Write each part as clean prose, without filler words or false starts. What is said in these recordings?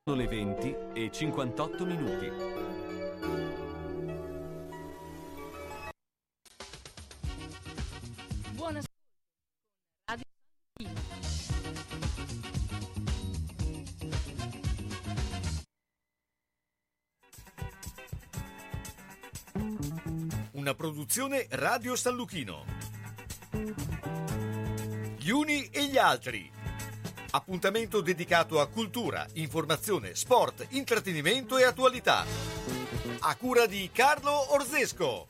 Sono le 20:58. Buonasera. Radio Una produzione Radio San Luchino. Gli uni e gli altri. Appuntamento dedicato a cultura, informazione, sport, intrattenimento e attualità. A cura di Carlo Orzesco.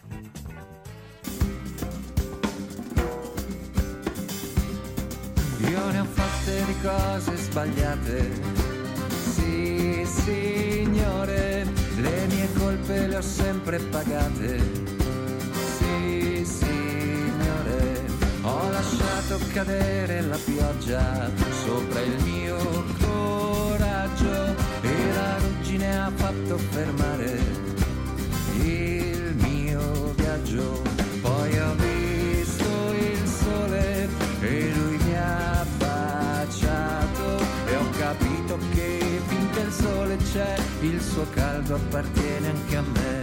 Io ne ho fatte di cose sbagliate, sì signore, le mie colpe le ho sempre pagate, sì signore, ho lasciato cadere la pioggia sopra il mio coraggio e la ruggine ha fatto fermare il mio viaggio, poi ho visto il sole e lui mi ha baciato e ho capito che finché il sole c'è il suo caldo appartiene anche a me.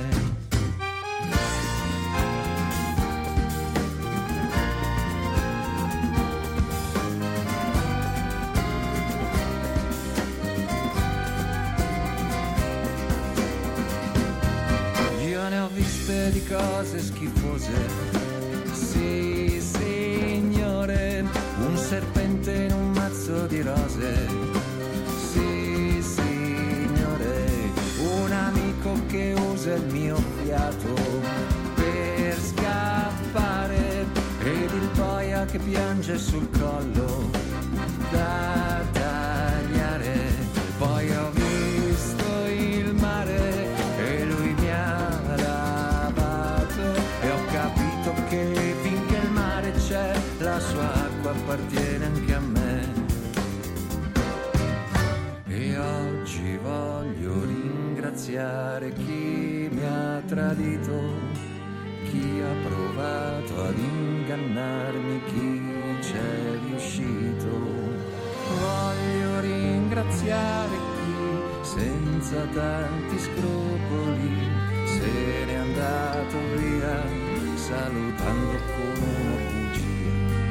Io ne ho viste di cose schifose, sì signore, un serpente in un mazzo di rose, sì signore, un amico che usa il mio fiato per scappare ed il boia che piange sul collo da tagliare, poi ho visto il mare e lui mi ha lavato e ho capito che finché il mare c'è la sua acqua appartiene anche a me. E oggi voglio ringraziare chi mi ha tradito, chi ha provato ad ingannarmi, chi c'è riuscito. Voglio ringraziare chi senza tanti scrupoli se n'è andato via salutando con una bugia.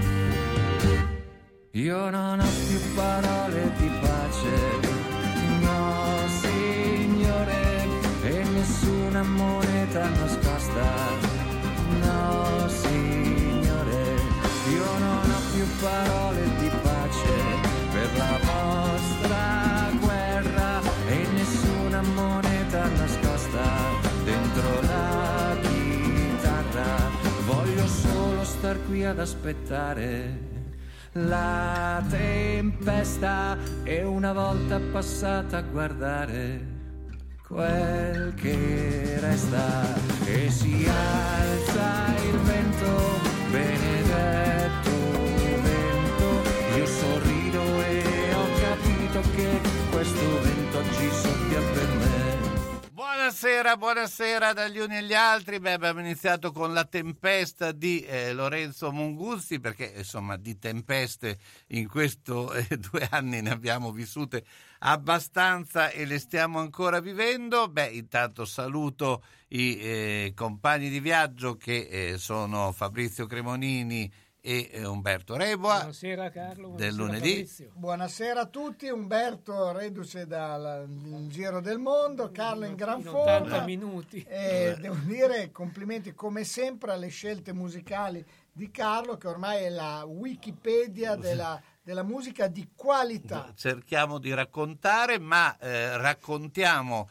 Io non ho più parole di pace, no signore, e nessuna moneta nascosta, no signore, io non ho più parole di pace per la vostra guerra e nessuna moneta nascosta dentro la chitarra, voglio solo star qui ad aspettare la tempesta e una volta passata a guardare quel che resta e si alza il vento, benedetto vento, io sorrido e ho capito che questo vento oggi soffia per me. Buonasera dagli uni agli altri. Abbiamo iniziato con La tempesta di Lorenzo Monguzzi, perché insomma di tempeste in questo 2 anni ne abbiamo vissute abbastanza e le stiamo ancora vivendo. Intanto saluto i compagni di viaggio che sono Fabrizio Cremonini e Umberto Reboa. Buonasera Carlo, buonasera del lunedì. Fabrizio. Buonasera a tutti, Umberto reduce dal giro del mondo, Carlo in gran In forma. 80 minuti. E devo dire complimenti come sempre alle scelte musicali di Carlo, che ormai è la Wikipedia della musica di qualità. Cerchiamo di raccontare, ma raccontiamo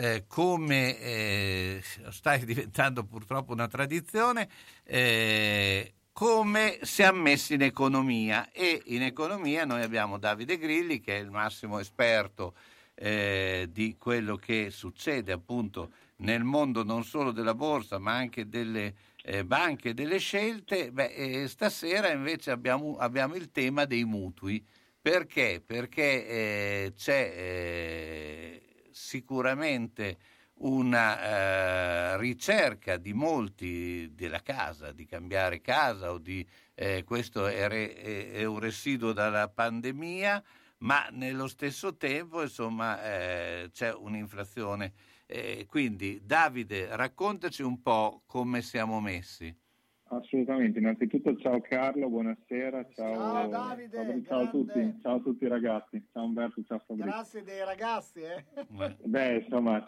come stai diventando purtroppo una tradizione, come siamo messi in economia, e in economia noi abbiamo Davide Grilli, che è il massimo esperto di quello che succede appunto nel mondo non solo della borsa ma anche delle banche e delle scelte. Stasera invece abbiamo il tema dei mutui. Perché? Perché c'è sicuramente una ricerca di molti della casa, di cambiare casa o di questo è un residuo dalla pandemia, ma nello stesso tempo insomma c'è un'inflazione. Quindi Davide, raccontaci un po' come siamo messi. Assolutamente, innanzitutto ciao Carlo, buonasera, Ciao Davide, ciao a tutti, ciao a tutti ragazzi, ciao Umberto, ciao Fabrizio. Grazie dei ragazzi, Beh, insomma,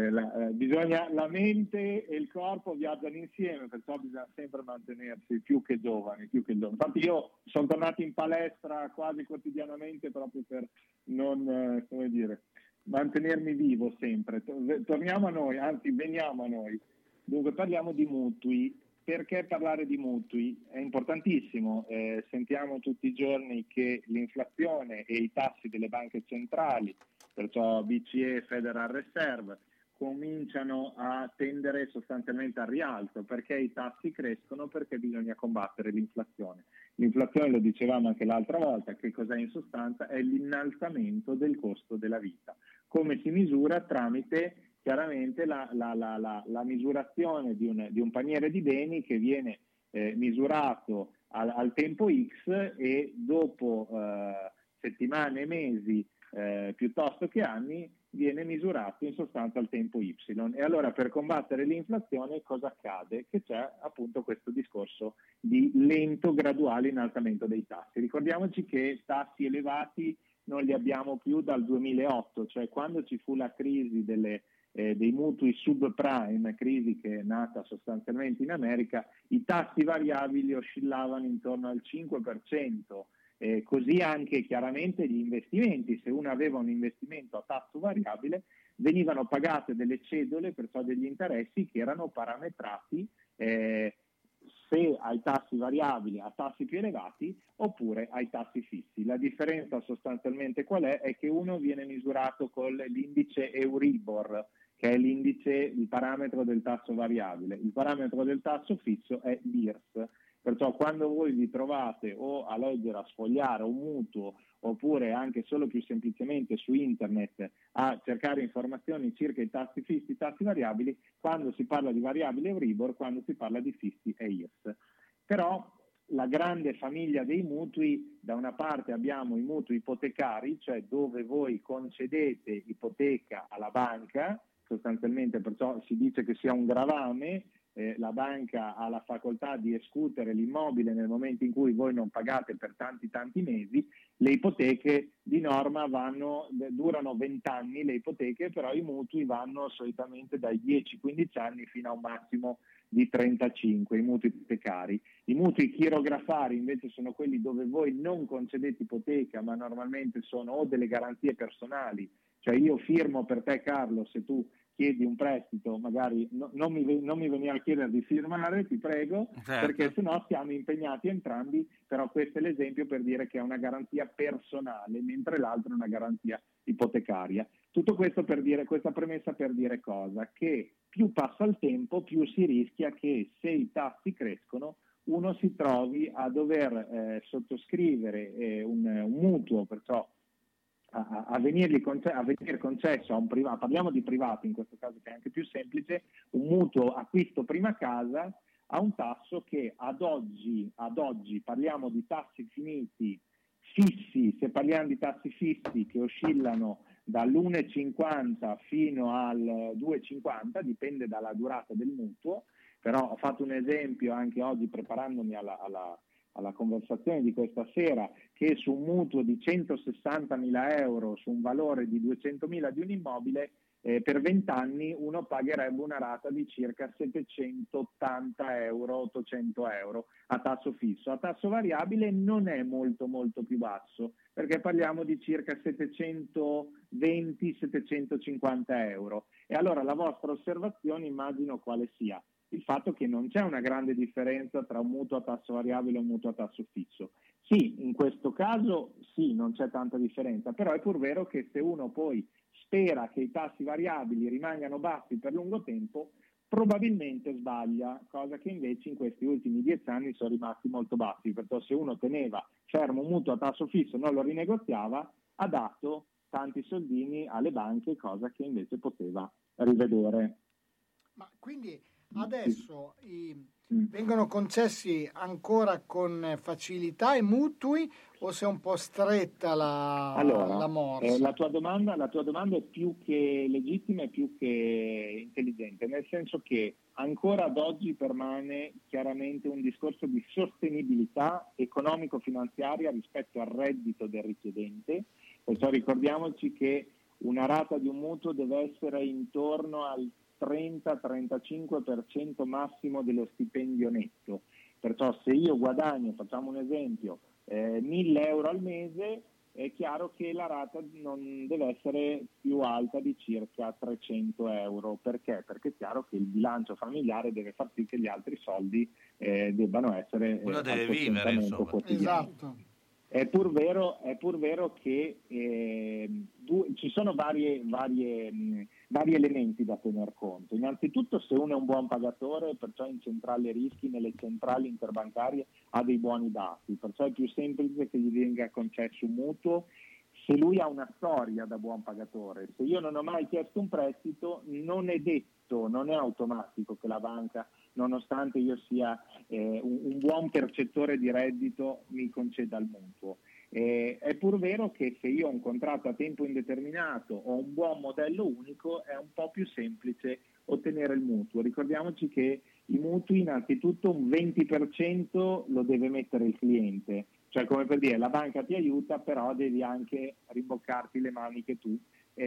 la mente e il corpo viaggiano insieme, perciò bisogna sempre mantenersi più che giovani. Infatti io sono tornato in palestra quasi quotidianamente proprio per non, mantenermi vivo sempre. Torniamo a noi, anzi veniamo a noi. Dunque parliamo di mutui. Perché parlare di mutui? È importantissimo, sentiamo tutti i giorni che l'inflazione e i tassi delle banche centrali, perciò BCE e Federal Reserve, cominciano a tendere sostanzialmente al rialzo. Perché i tassi crescono? Perché bisogna combattere l'inflazione. L'inflazione, lo dicevamo anche l'altra volta, che cos'è in sostanza? È l'innalzamento del costo della vita. Come si misura? Tramite chiaramente la misurazione di un paniere di beni che viene misurato al tempo X e dopo settimane e mesi piuttosto che anni viene misurato in sostanza al tempo Y. E allora per combattere l'inflazione cosa accade? Che c'è appunto questo discorso di lento graduale innalzamento dei tassi. Ricordiamoci che tassi elevati non li abbiamo più dal 2008, cioè quando ci fu la crisi dei mutui subprime, crisi che è nata sostanzialmente in America, i tassi variabili oscillavano intorno al 5%, così anche chiaramente gli investimenti. Se uno aveva un investimento a tasso variabile venivano pagate delle cedole, perciò degli interessi che erano parametrati se ai tassi variabili, a tassi più elevati oppure ai tassi fissi. La differenza sostanzialmente qual è? È che uno viene misurato con l'indice Euribor, che è l'indice, il parametro del tasso variabile. Il parametro del tasso fisso è l'IRS. Perciò quando voi vi trovate o a leggere, a sfogliare un mutuo, oppure anche solo più semplicemente su internet a cercare informazioni circa i tassi fissi, i tassi variabili, quando si parla di variabile Euribor, quando si parla di fissi è IRS. Però la grande famiglia dei mutui, da una parte abbiamo i mutui ipotecari, cioè dove voi concedete ipoteca alla banca, sostanzialmente perciò si dice che sia un gravame, la banca ha la facoltà di escutere l'immobile nel momento in cui voi non pagate per tanti mesi. Le ipoteche di norma durano 20 anni, le ipoteche, però i mutui vanno solitamente dai 10-15 anni fino a un massimo di 35, i mutui ipotecari. I mutui chirografari invece sono quelli dove voi non concedete ipoteca, ma normalmente sono o delle garanzie personali, cioè io firmo per te Carlo, se tu chiedi un prestito, magari non mi venire a chiedere di firmare, ti prego, certo. Perché sennò siamo impegnati entrambi, però questo è l'esempio per dire che è una garanzia personale, mentre l'altro è una garanzia ipotecaria. Tutto questo per dire, questa premessa per dire cosa? Che più passa il tempo, più si rischia che se i tassi crescono, uno si trovi a dover sottoscrivere un mutuo, perciò a venire concesso a un privato, parliamo di privati in questo caso che è anche più semplice, un mutuo acquisto prima casa a un tasso che ad oggi parliamo di tassi finiti fissi, se parliamo di tassi fissi che oscillano dall'1,50 fino al 2,50, dipende dalla durata del mutuo, però ho fatto un esempio anche oggi preparandomi alla conversazione di questa sera, che su un mutuo di 160.000 euro su un valore di 200.000 di un immobile, per 20 anni uno pagherebbe una rata di circa 780 euro, 800 euro a tasso fisso. A tasso variabile non è molto più basso, perché parliamo di circa 720-750 euro. E allora la vostra osservazione immagino quale sia? Il fatto che non c'è una grande differenza tra un mutuo a tasso variabile e un mutuo a tasso fisso. Sì, in questo caso sì, non c'è tanta differenza, però è pur vero che se uno poi spera che i tassi variabili rimangano bassi per lungo tempo, probabilmente sbaglia, cosa che invece in questi ultimi 10 anni sono rimasti molto bassi, perché se uno teneva fermo un mutuo a tasso fisso e non lo rinegoziava, ha dato tanti soldini alle banche, cosa che invece poteva rivedere. Ma quindi adesso vengono concessi ancora con facilità i mutui o se è un po' stretta la morsa? La tua domanda è più che legittima e più che intelligente, nel senso che ancora ad oggi permane chiaramente un discorso di sostenibilità economico-finanziaria rispetto al reddito del richiedente, perciò ricordiamoci che una rata di un mutuo deve essere intorno al 30-35% massimo dello stipendio netto, perciò se io guadagno, facciamo un esempio, 1.000 euro al mese, è chiaro che la rata non deve essere più alta di circa 300 euro. Perché? Perché è chiaro che il bilancio familiare deve far sì che gli altri soldi debbano essere uno deve vivere, insomma. quotidiano. Esatto. È pur vero che ci sono vari elementi da tener conto. Innanzitutto, se uno è un buon pagatore, perciò in centrale rischi, nelle centrali interbancarie ha dei buoni dati, perciò è più semplice che gli venga concesso un mutuo se lui ha una storia da buon pagatore. Se io non ho mai chiesto un prestito, non è detto, non è automatico che la banca, nonostante io sia un buon percettore di reddito, mi conceda il mutuo. È pur vero che se io ho un contratto a tempo indeterminato o un buon modello unico, è un po' più semplice ottenere il mutuo. Ricordiamoci che i mutui innanzitutto un 20% lo deve mettere il cliente, cioè come per dire la banca ti aiuta, però devi anche rimboccarti le maniche tu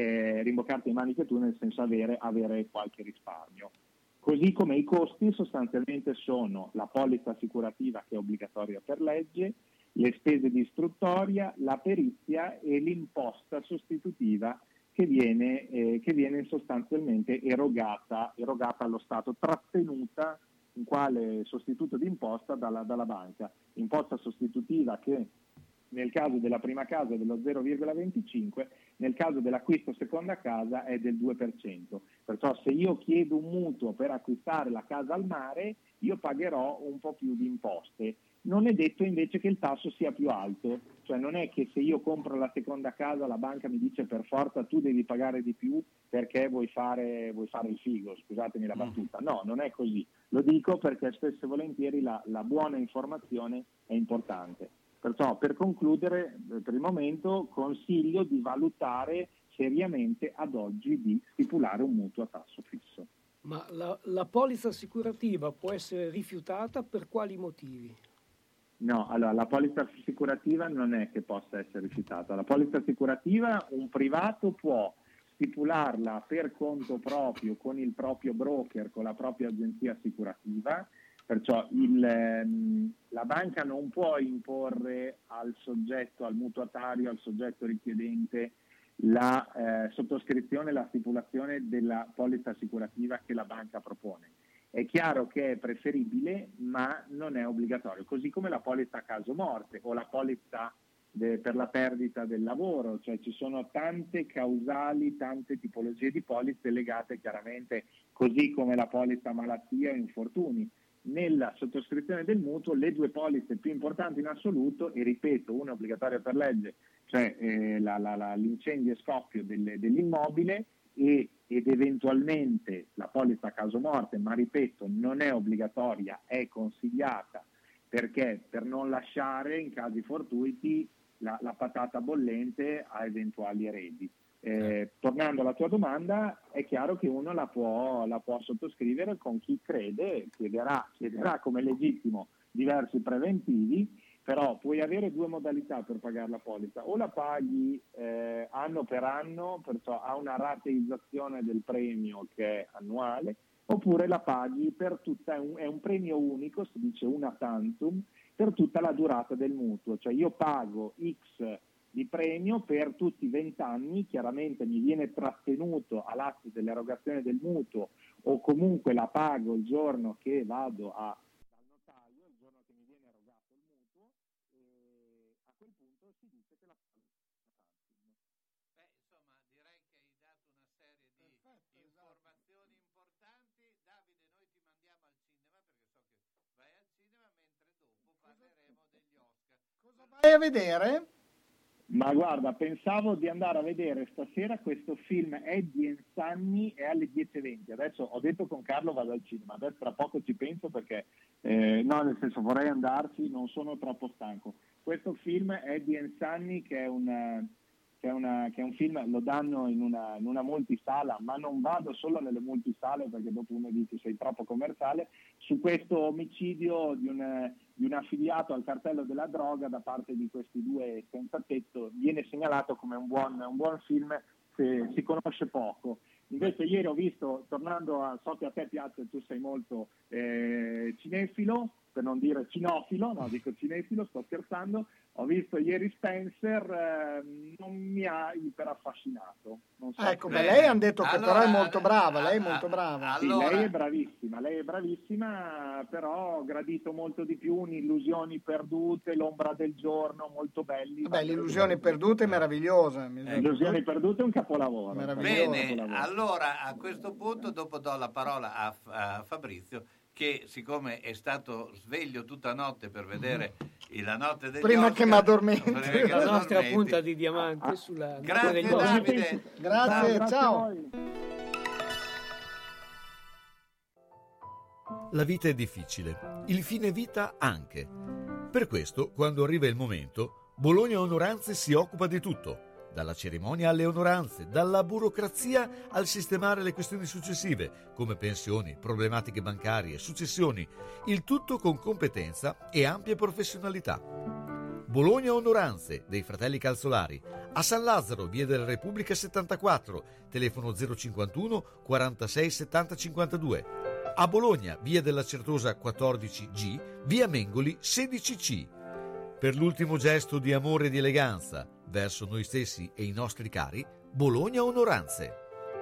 nel senso avere qualche risparmio. Così come i costi sostanzialmente sono la polizza assicurativa che è obbligatoria per legge, le spese di istruttoria, la perizia e l'imposta sostitutiva che viene sostanzialmente erogata allo Stato, trattenuta in quale sostituto di imposta dalla banca. Imposta sostitutiva che nel caso della prima casa è dello 0,25, nel caso dell'acquisto seconda casa è del 2%. Perciò se io chiedo un mutuo per acquistare la casa al mare, io pagherò un po' più di imposte. Non è detto invece che il tasso sia più alto, cioè non è che se io compro la seconda casa la banca mi dice per forza tu devi pagare di più perché vuoi fare il figo, scusatemi la battuta. No, non è così. Lo dico perché spesso e volentieri la buona informazione è importante. Perciò per concludere, per il momento consiglio di valutare seriamente ad oggi di stipulare un mutuo a tasso fisso. Ma la polizza assicurativa può essere rifiutata per quali motivi? No, allora la polizza assicurativa non è che possa essere rifiutata. La polizza assicurativa un privato può stipularla per conto proprio, con il proprio broker, con la propria agenzia assicurativa, perciò la banca non può imporre al soggetto, al mutuatario, al soggetto richiedente la sottoscrizione, la stipulazione della polizza assicurativa che la banca propone. È chiaro che è preferibile, ma non è obbligatorio, così come la polizza caso morte o la polizza per la perdita del lavoro, cioè ci sono tante causali, tante tipologie di polizze legate chiaramente, così come la polizza malattia e infortuni. Nella sottoscrizione del mutuo le due polizze più importanti in assoluto, e ripeto, una è obbligatoria per legge, cioè l'incendio e scoppio dell'immobile ed eventualmente la polizza caso morte, ma ripeto non è obbligatoria, è consigliata, perché per non lasciare in casi fortuiti la patata bollente a eventuali eredi. Tornando alla tua domanda, è chiaro che uno la può sottoscrivere con chi crede, chiederà come legittimo diversi preventivi, però puoi avere due modalità per pagare la polizza: o la paghi anno per anno, perciò ha una rateizzazione del premio che è annuale, oppure la paghi per tutta, è un premio unico, si dice una tantum, per tutta la durata del mutuo, cioè io pago X di premio per tutti i 20 anni, chiaramente mi viene trattenuto all'atto dell'erogazione del mutuo o comunque la pago il giorno che vado dal notaio, il giorno che mi viene erogato il mutuo, e a quel punto si dice che la pago. Insomma, direi che hai dato una serie di informazioni importanti. Davide, noi ti mandiamo al cinema perché so che vai al cinema, mentre dopo parleremo degli Oscar. Cosa vai a vedere? Ma guarda, pensavo di andare a vedere stasera questo film Eddie and Sunny, è alle 10:20. Adesso ho detto con Carlo vado al cinema, adesso tra poco ci penso perché no, nel senso vorrei andarci, non sono troppo stanco. Questo film Eddie and Sunny, che è un film, lo danno in una multisala, ma non vado solo nelle multisale perché dopo uno dice sei troppo commerciale, su questo omicidio di un affiliato al cartello della droga da parte di questi due senza tetto. Viene segnalato come un buon film se si conosce poco. Invece ieri ho visto, so che a te piace, tu sei molto cinefilo, per non dire cinofilo, no, dico cinefilo, sto scherzando. Ho visto ieri Spencer, non mi ha iperaffascinato. Non so Ecco, lei hanno detto che però è molto brava, lei è molto brava. Sì, lei è bravissima, però ho gradito molto di più Illusioni perdute, L'ombra del giorno, molto belli. Vabbè, Illusioni perdute è meravigliosa. Illusioni perdute è un capolavoro. Bene, allora a questo punto dopo do la parola a Fabrizio, che siccome è stato sveglio tutta notte per vedere La notte degli prima Oscar, che mi addormenti, la nostra punta di diamante sulla grazie Davide, grazie, ciao. La vita è difficile, il fine vita anche. Per questo, quando arriva il momento, Bologna Onoranze si occupa di tutto. Dalla cerimonia alle onoranze, dalla burocrazia al sistemare le questioni successive, come pensioni, problematiche bancarie, successioni, il tutto con competenza e ampia professionalità. Bologna Onoranze dei fratelli Calzolari, a San Lazzaro, via della Repubblica 74, telefono 051 46 70 52. A Bologna, via della Certosa 14G, via Mengoli 16C. Per l'ultimo gesto di amore e di eleganza verso noi stessi e i nostri cari, Bologna Onoranze.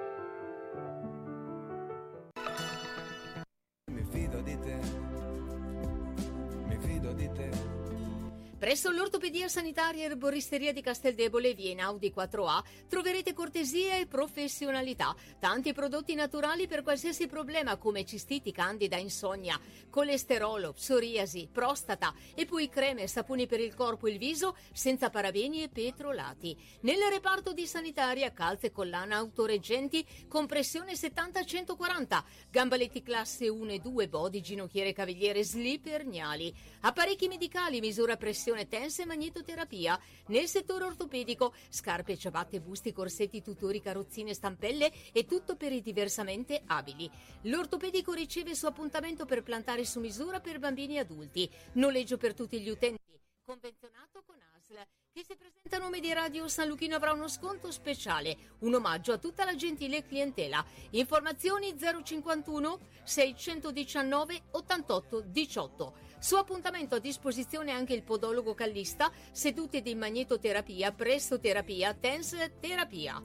Mi fido di te, mi fido di te. Presso l'Ortopedia Sanitaria e Erboristeria di Casteldebole, via Einaudi 4A, troverete cortesia e professionalità. Tanti prodotti naturali per qualsiasi problema come cistiti, candida, insonnia, colesterolo, psoriasi, prostata e poi creme e saponi per il corpo e il viso senza parabeni e petrolati. Nel reparto di sanitaria, calze e collana autoreggenti, compressione 70-140, gambaletti classe 1 e 2, body, ginocchiere, cavigliere, slip erniali, apparecchi medicali, misura pressione, tense e magnetoterapia. Nel settore ortopedico, scarpe, ciabatte, busti, corsetti, tutori, carrozzine, stampelle e tutto per i diversamente abili. L'ortopedico riceve su appuntamento per plantare su misura per bambini e adulti. Noleggio per tutti gli utenti. Convenzionato con ASL. Chi si presenta a nome di Radio San Luchino avrà uno sconto speciale, un omaggio a tutta la gentile clientela. Informazioni 051 619 88 18. Su appuntamento a disposizione anche il podologo callista, sedute di magnetoterapia, pressoterapia, tense terapia.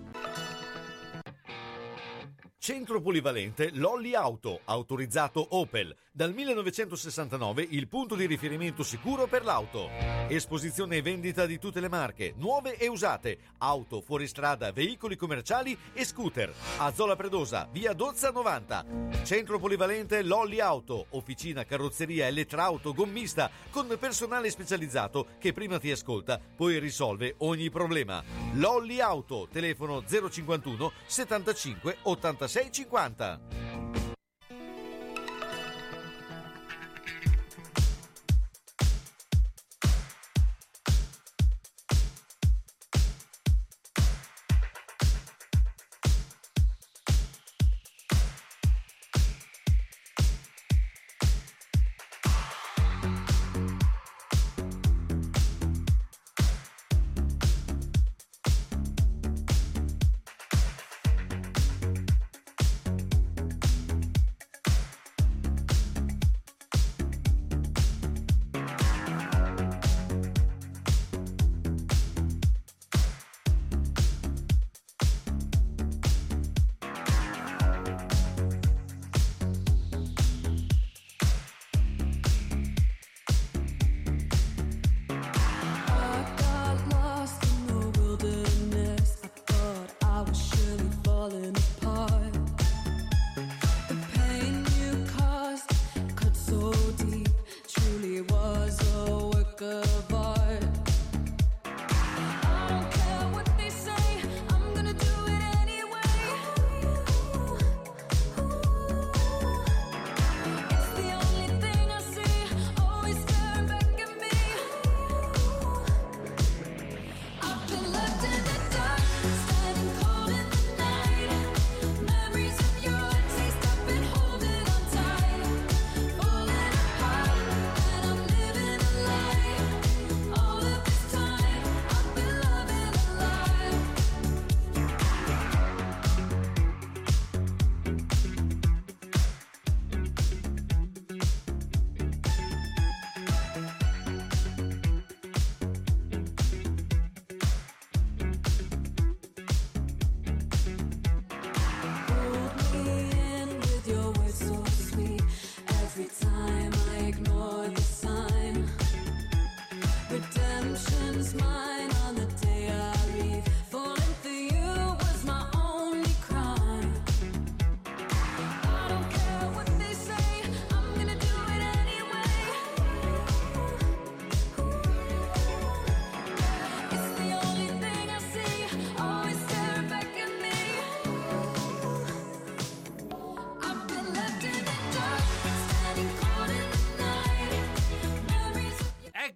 Centro polivalente Lolli Auto, autorizzato Opel. Dal 1969 il punto di riferimento sicuro per l'auto. Esposizione e vendita di tutte le marche, nuove e usate, auto, fuoristrada, veicoli commerciali e scooter. A Zola Predosa, via Dozza 90. Centro polivalente Lolli Auto, officina, carrozzeria, elettrauto, gommista, con personale specializzato che prima ti ascolta, poi risolve ogni problema. Lolli Auto, telefono 051 75 86 50.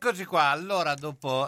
Eccoci qua, allora dopo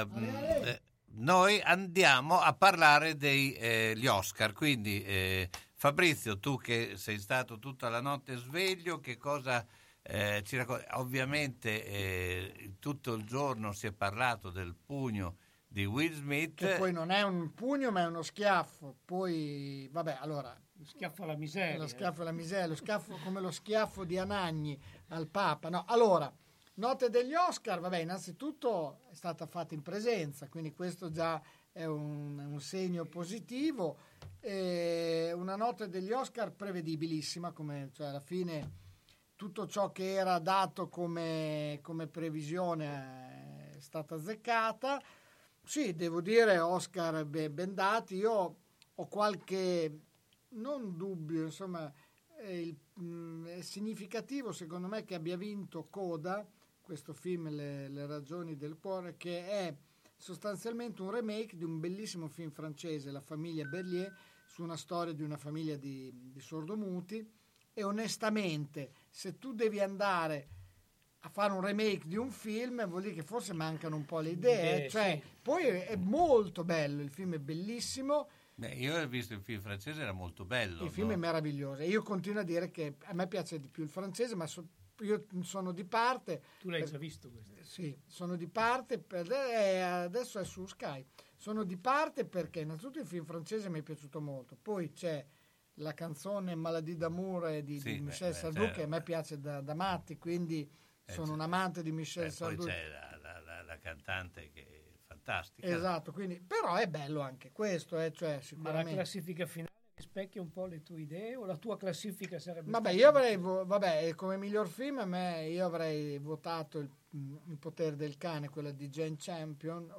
noi andiamo a parlare degli Oscar, quindi Fabrizio, tu che sei stato tutta la notte sveglio, che cosa ci racconti? Ovviamente tutto il giorno si è parlato del pugno di Will Smith. Che poi non è un pugno ma è uno schiaffo, poi vabbè, allora... Lo schiaffo alla miseria. Lo schiaffo alla miseria, lo schiaffo come lo schiaffo di Anagni al Papa. No, allora, note degli Oscar, vabbè, innanzitutto è stata fatta in presenza, quindi questo già è un segno positivo. Una notte degli Oscar prevedibilissima, come cioè alla fine tutto ciò che era dato come previsione è stata azzeccata. Sì, devo dire Oscar ben dati. Io ho qualche non dubbio, insomma, è significativo secondo me che abbia vinto Coda, questo film Le ragioni del cuore, che è sostanzialmente un remake di un bellissimo film francese, La famiglia Berlier, su una storia di una famiglia di sordomuti. E onestamente, se tu devi andare a fare un remake di un film, vuol dire che forse mancano un po' le idee, cioè, sì. Poi è molto bello, il film è bellissimo. Beh, io ho visto il film francese, era molto bello. Il film è meraviglioso e io continuo a dire che a me piace di più il francese, ma io sono di parte. Tu l'hai già visto questo? Sì, sono di parte, adesso è su Sky. Sono di parte perché innanzitutto il film francese mi è piaciuto molto, poi c'è la canzone Maladie d'amour di Michel Sardou, certo, che a me piace da matti, quindi sono un amante di Michel Sardou. Poi c'è la cantante che è fantastica. Esatto, quindi, però è bello anche questo, cioè sicuramente. Ma la classifica finale rispecchia un po' le tue idee o la tua classifica sarebbe? Vabbè, io avrei, come miglior film io avrei votato il potere del cane, quella di Jane Campion,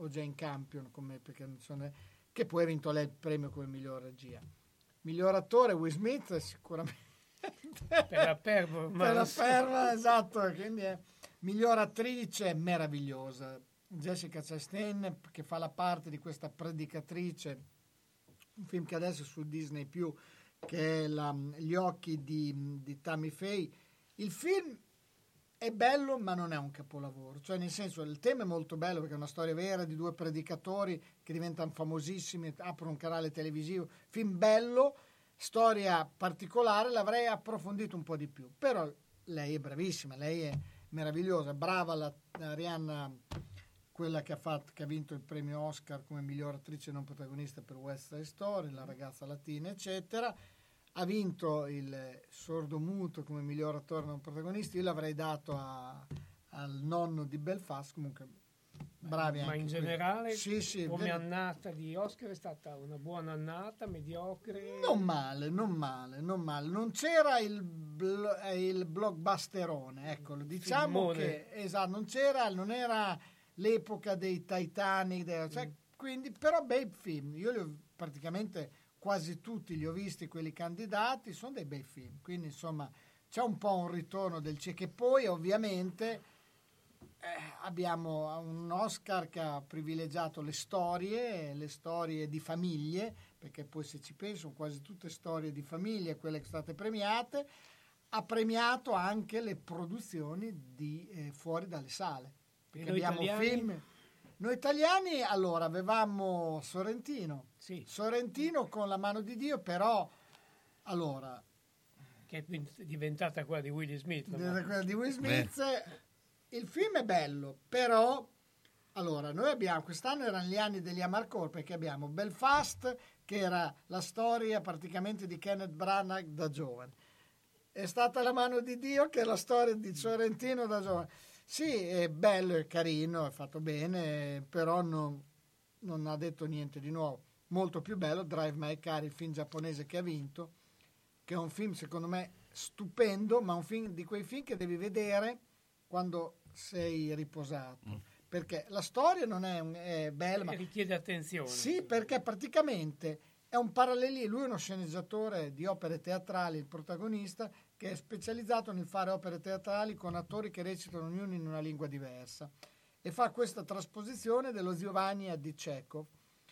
che poi ha vinto lei il premio come miglior regia. Miglior attore Will Smith sicuramente per la performance, esatto, quindi è miglior attrice meravigliosa Jessica Chastain, che fa la parte di questa predicatrice, un film che adesso è su Disney+, che è Gli occhi di Tammy Faye. Il film è bello ma non è un capolavoro, cioè nel senso il tema è molto bello perché è una storia vera di due predicatori che diventano famosissimi, aprono un canale televisivo, film bello, storia particolare, l'avrei approfondito un po' di più, però lei è bravissima, lei è meravigliosa, brava la Rihanna, quella che ha vinto il premio Oscar come miglior attrice non protagonista per West Side Story, la ragazza latina eccetera. Ha vinto il sordomuto come miglior attore non protagonista. Io l'avrei dato al nonno di Belfast. Comunque bravi anche. Ma in generale sì, come annata di Oscar è stata una buona annata, mediocre? Non male. Non c'era il blockbusterone, eccolo, diciamo che esatto, non era l'epoca dei Titanic, cioè, quindi, però bei film. Io li ho praticamente quasi tutti li ho visti, quelli candidati, sono dei bei film, quindi insomma c'è un po' un ritorno del che poi ovviamente abbiamo un Oscar che ha privilegiato le storie di famiglie, perché poi se ci penso sono quasi tutte storie di famiglie quelle che sono state premiate, ha premiato anche le produzioni di fuori dalle sale, perché abbiamo film. Noi italiani, allora, avevamo Sorrentino. Sì. Sorrentino con La mano di Dio, però, allora... Che è diventata quella di Will Smith. Quella di Will Smith. Il film è bello, però... Allora, noi abbiamo... Quest'anno erano gli anni degli Amarcord, perché abbiamo Belfast, che era la storia praticamente di Kenneth Branagh da giovane. È stata La mano di Dio, che è la storia di Sorrentino da giovane. Sì, è bello, è carino, è fatto bene, però non ha detto niente di nuovo. Molto più bello Drive My Car, il film giapponese che ha vinto, che è un film secondo me stupendo, ma un film di quei film che devi vedere quando sei riposato, perché la storia non è bella, ma richiede attenzione. Sì, perché praticamente è un parallelismo. Lui è uno sceneggiatore di opere teatrali, il protagonista, che è specializzato nel fare opere teatrali con attori che recitano ognuno in una lingua diversa, e fa questa trasposizione dello Ziovania di Chekhov,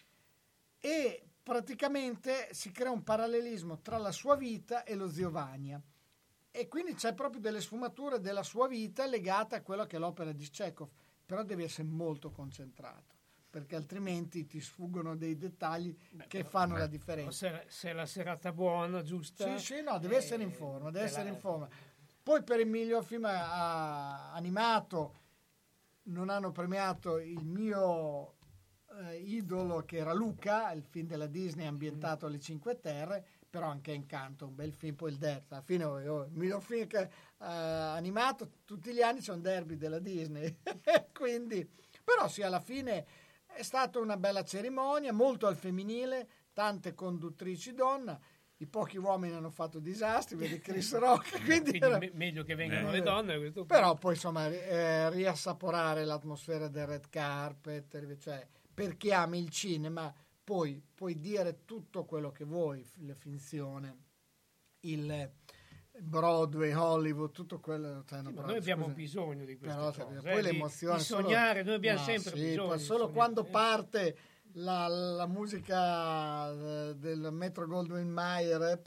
e praticamente si crea un parallelismo tra la sua vita e lo Ziovania, e quindi c'è proprio delle sfumature della sua vita legate a quella che è l'opera di Chekhov, però devi essere molto concentrato, perché altrimenti ti sfuggono dei dettagli che fanno la differenza. Se la serata buona, giusta. Sì, no, deve essere in forma, deve essere in forma. Poi per il miglior film animato non hanno premiato il mio idolo, che era Luca, il film della Disney ambientato alle Cinque Terre, però anche Encanto, un bel film. Poi il derby, alla fine il miglior film animato, tutti gli anni c'è un derby della Disney. Quindi, però sì, alla fine è stata una bella cerimonia, molto al femminile, tante conduttrici donna. I pochi uomini hanno fatto disastri, vedi Chris Rock, quindi meglio che vengano le donne. Però poi insomma riassaporare l'atmosfera del red carpet, cioè per chi ama il cinema poi puoi dire tutto quello che vuoi, la finzione, il Broadway, Hollywood, tutto quello. Cioè, sì, noi abbiamo bisogno di queste cose. Poi l'emozione di sognare, noi abbiamo sempre bisogno. Solo quando parte la musica del Metro Goldwyn Mayer,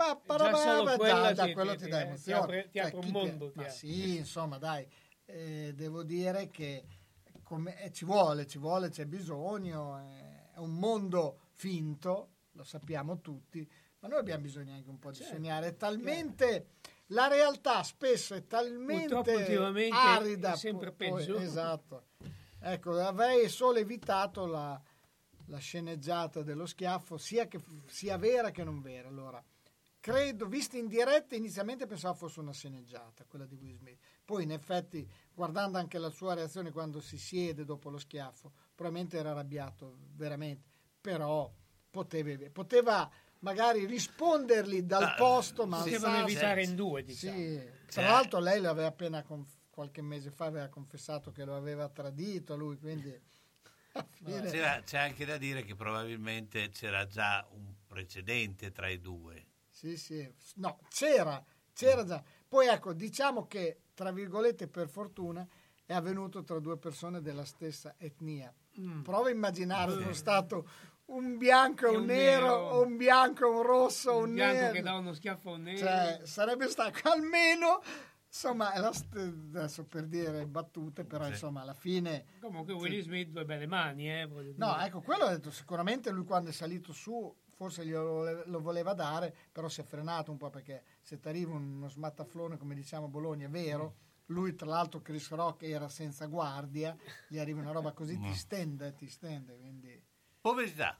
quello ti dà emozione. Ti apre un mondo. Sì, insomma, dai, devo dire che ci vuole, c'è bisogno, è un mondo finto, lo sappiamo tutti, ma noi abbiamo bisogno anche un po' di sognare. È talmente la realtà spesso è talmente arida, è sempre peggio. Esatto. Ecco, avrei solo evitato la sceneggiata dello schiaffo, sia che sia vera che non vera. Allora, credo, vista in diretta, inizialmente pensavo fosse una sceneggiata, quella di Will Smith. Poi, in effetti, guardando anche la sua reazione quando si siede dopo lo schiaffo, probabilmente era arrabbiato, veramente. Però poteva magari rispondergli dal posto, ma potevano evitare in due, diciamo. Sì. Tra l'altro lei l'aveva appena qualche mese fa aveva confessato che lo aveva tradito lui, quindi c'è anche da dire che probabilmente c'era già un precedente tra i due. Sì. No, c'era già. Poi ecco, diciamo che tra virgolette per fortuna è avvenuto tra due persone della stessa etnia. Prova a immaginare fosse stato un bianco e un nero, o un bianco e un rosso, un nero. Un bianco che dà uno schiaffo a un nero. Cioè, sarebbe stato almeno, insomma, adesso per dire battute, però insomma alla fine. Comunque Will Smith due belle mani, No, ecco, quello ho detto, sicuramente lui quando è salito su forse lo voleva dare, però si è frenato un po', perché se ti arriva uno smattaflone, come diciamo a Bologna, è vero. Lui, tra l'altro, Chris Rock era senza guardia, gli arriva una roba così, ti stende, quindi. Poverità.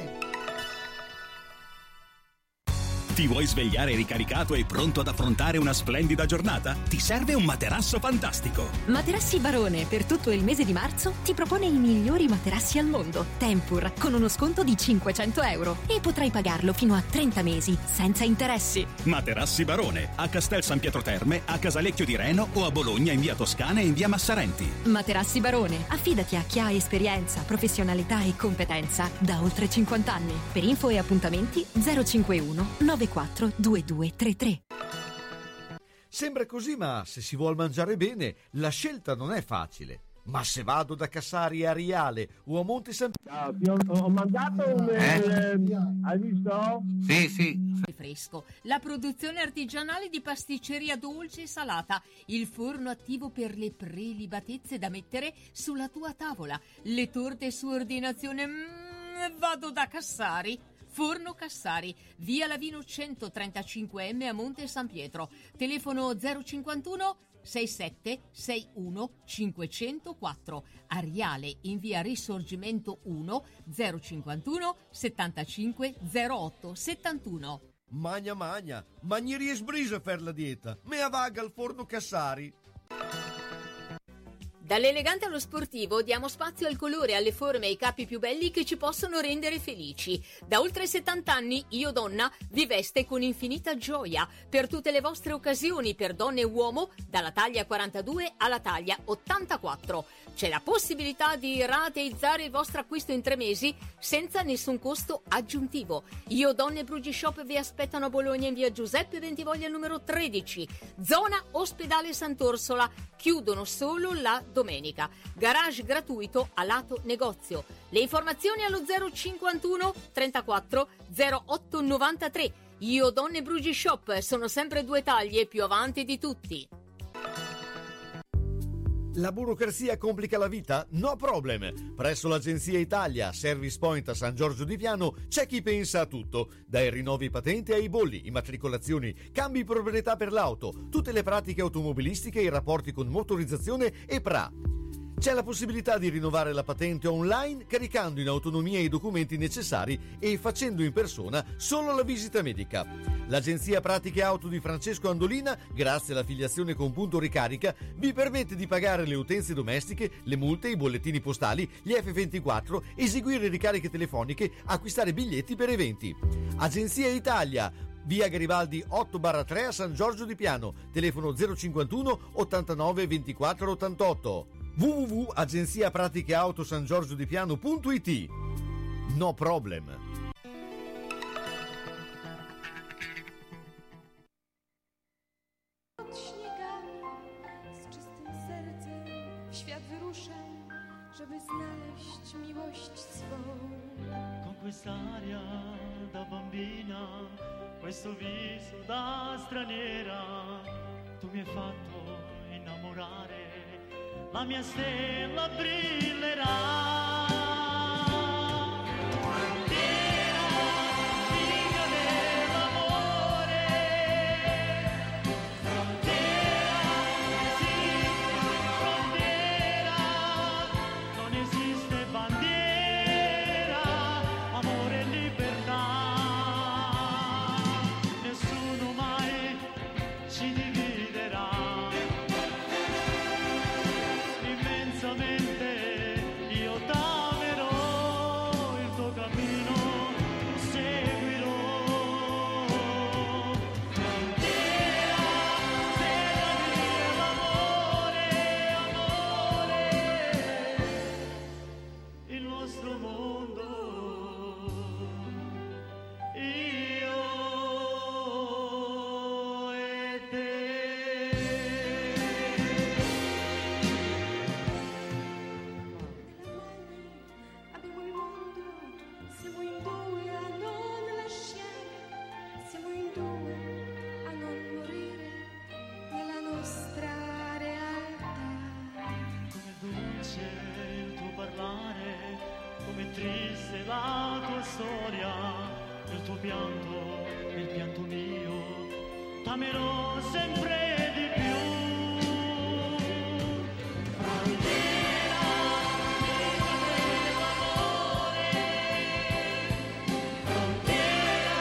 Ti vuoi svegliare ricaricato e pronto ad affrontare una splendida giornata? Ti serve un materasso fantastico. Materassi Barone per tutto il mese di marzo ti propone i migliori materassi al mondo. Tempur con uno sconto di €500 e potrai pagarlo fino a 30 mesi senza interessi. Materassi Barone a Castel San Pietro Terme, a Casalecchio di Reno o a Bologna in via Toscana e in via Massarenti. Materassi Barone, affidati a chi ha esperienza, professionalità e competenza da oltre 50 anni. Per info e appuntamenti 051 2233. Sembra così, ma se si vuol mangiare bene, la scelta non è facile. Ma se vado da Cassari a Riale o a Monte San Pietro... Ho mandato hai visto? Sì. Fresco, la produzione artigianale di pasticceria dolce e salata, il forno attivo per le prelibatezze da mettere sulla tua tavola, le torte su ordinazione. Vado da Cassari. Forno Cassari, via Lavino 135M a Monte San Pietro, telefono 051 67 61 504, Ariale in via Risorgimento 1 051 75 08 71. Magna, magni sbrisa per la dieta, me avaga al forno Cassari. Dall'elegante allo sportivo diamo spazio al colore, alle forme e ai capi più belli che ci possono rendere felici. Da oltre 70 anni Io Donna vi veste con infinita gioia per tutte le vostre occasioni, per donne e uomo, dalla taglia 42 alla taglia 84. C'è la possibilità di rateizzare il vostro acquisto in 3 mesi senza nessun costo aggiuntivo. Io Donne e Brugi Shop vi aspettano a Bologna in via Giuseppe Bentivoglia numero 13, zona Ospedale Sant'Orsola. Chiudono solo la domenica. Garage gratuito a lato negozio. Le informazioni allo 051 34 08 93. Io Donne e Brugi Shop sono sempre 2 taglie più avanti di tutti. La burocrazia complica la vita? No problem! Presso l'Agenzia Italia Service Point a San Giorgio di Piano c'è chi pensa a tutto, dai rinnovi patente ai bolli, immatricolazioni, cambi proprietà per l'auto, tutte le pratiche automobilistiche e i rapporti con motorizzazione e PRA. C'è la possibilità di rinnovare la patente online caricando in autonomia i documenti necessari e facendo in persona solo la visita medica. L'Agenzia Pratiche Auto di Francesco Andolina, grazie all'affiliazione con Punto Ricarica, vi permette di pagare le utenze domestiche, le multe, i bollettini postali, gli F24, eseguire ricariche telefoniche, acquistare biglietti per eventi. Agenzia Italia, via Garibaldi 8/3 a San Giorgio di Piano, telefono 051 89 24 88. www.agenziapraticheautosangiorgiodipiano.it. No problem. Pod śniegami z czystym sercem w świat wyruszam, żeby znaleźć miłość swą. Con quest'aria da bambina, questo viso da straniera, tu mi hai fatto innamorare. La mia stella brillerà. Triste la tua storia, il tuo pianto, il pianto mio, t'amerò sempre di più. Frontiera, dell'amore, frontiera.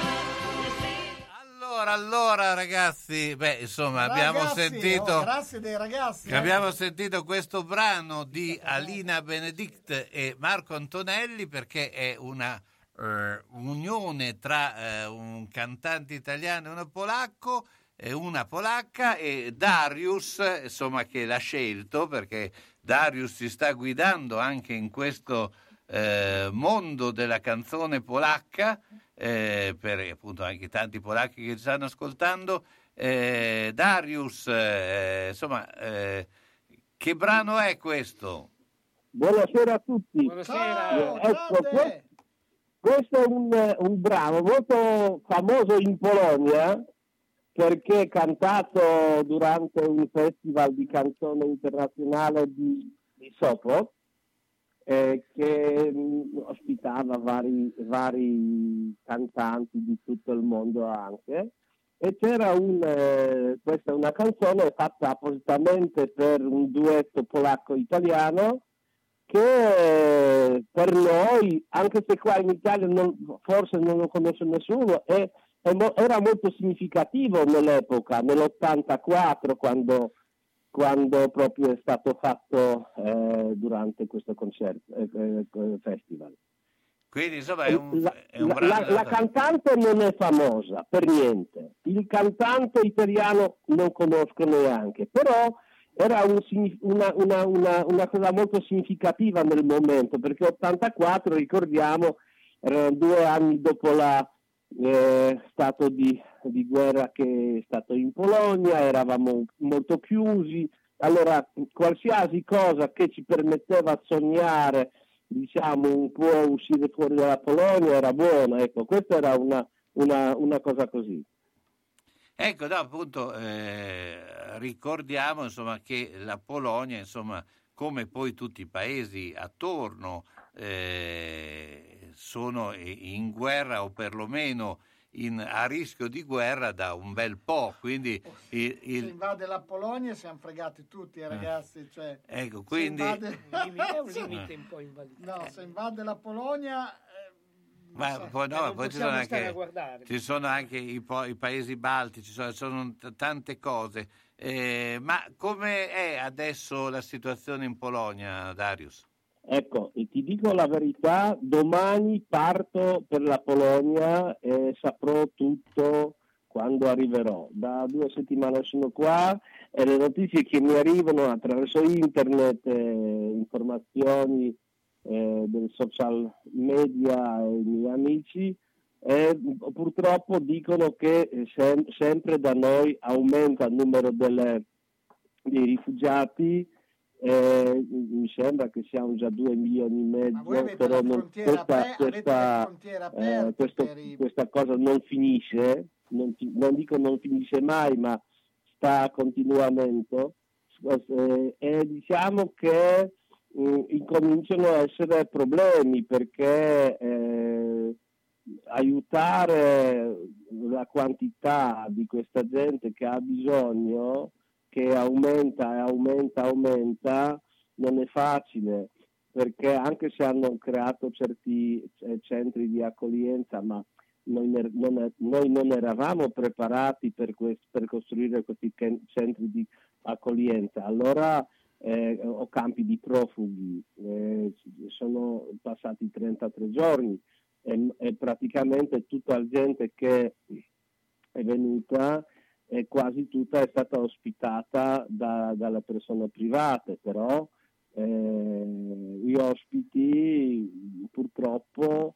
Allora ragazzi, insomma, abbiamo sentito grazie dei ragazzi. Abbiamo sentito questo brano di Alina Benedict e Marco Antonelli, perché è una unione tra un cantante italiano e una polacca, e Darius, insomma, che l'ha scelto perché Darius si sta guidando anche in questo mondo della canzone polacca, per appunto anche tanti polacchi che ci stanno ascoltando. Darius, insomma, che brano è questo? Buonasera a tutti. Buonasera. Ecco, questo è un brano molto famoso in Polonia, perché è cantato durante un festival di canzone internazionale di Sopot, che ospitava vari cantanti di tutto il mondo anche, e c'era questa è una canzone fatta appositamente per un duetto polacco-italiano che per noi, anche se qua in Italia forse non lo conosce nessuno, era molto significativo nell'epoca, nell'84, quando proprio è stato fatto durante questo festival. Quindi insomma è un brano. La cantante non è famosa per niente, il cantante italiano non conosco neanche, però era una cosa molto significativa nel momento, perché 84, ricordiamo, erano 2 anni dopo stato di guerra che è stato in Polonia, eravamo molto chiusi, allora qualsiasi cosa che ci permetteva sognare, diciamo, un po' uscire fuori dalla Polonia era buona, ecco, questa era una cosa così. Ecco, no, appunto, ricordiamo insomma, che la Polonia, insomma, come poi tutti i paesi attorno, sono in guerra o perlomeno a rischio di guerra da un bel po', quindi se invade la Polonia siamo fregati tutti, ragazzi, cioè, ecco, quindi È un limite un po' invalido. no, se invade la Polonia ma poi, non poi possiamo stare a guardare. ci sono anche i paesi baltici, sono tante cose. Ma come è adesso la situazione in Polonia, Darius? Ecco, e ti dico la verità, domani parto per la Polonia e saprò tutto quando arriverò. Da 2 settimane sono qua e le notizie che mi arrivano attraverso internet, informazioni del social media e i miei amici, purtroppo dicono che sempre da noi aumenta il numero dei rifugiati. Mi sembra che siamo già 2,5 milioni, però questa cosa non finisce, non dico non finisce mai, ma sta continuamente, e diciamo che incominciano a essere problemi, perché aiutare la quantità di questa gente che ha bisogno, che aumenta, non è facile, perché anche se hanno creato certi centri di accoglienza, ma noi non eravamo preparati per costruire questi centri di accoglienza. Allora o campi di profughi, sono passati 33 giorni e praticamente tutta la gente che è venuta, quasi tutta è stata ospitata dalle persone private, però gli ospiti purtroppo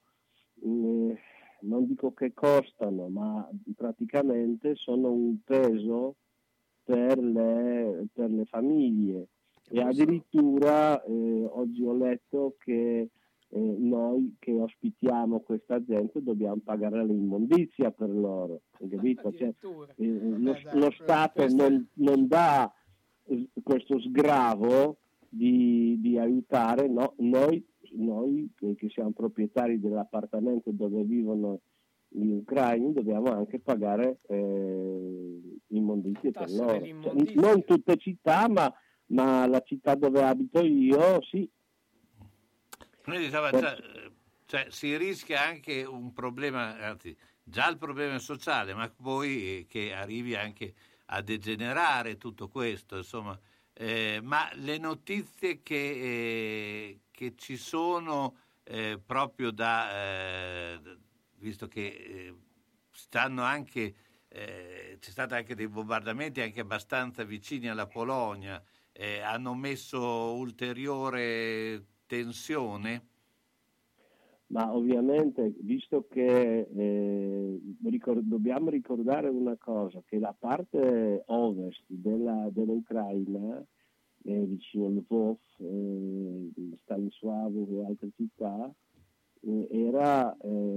non dico che costano, ma praticamente sono un peso per le famiglie, e addirittura oggi ho letto che noi che ospitiamo questa gente dobbiamo pagare l'immondizia per loro, capito? Cioè, lo Stato non dà questo sgravo di aiutare, no? Noi che siamo proprietari dell'appartamento dove vivono gli ucraini dobbiamo anche pagare immondizie per loro. Cioè, non tutte città, ma la città dove abito io sì. Noi diciamo, cioè, si rischia anche un problema, anzi già il problema sociale, ma poi che arrivi anche a degenerare tutto questo, insomma. Ma le notizie che ci sono proprio visto che stanno anche c'è stato anche dei bombardamenti anche abbastanza vicini alla Polonia, hanno messo ulteriore tensione? Ma ovviamente, visto che dobbiamo ricordare una cosa, che la parte ovest dell'Ucraina, vicino Lvov, Stanislavov e altre città, era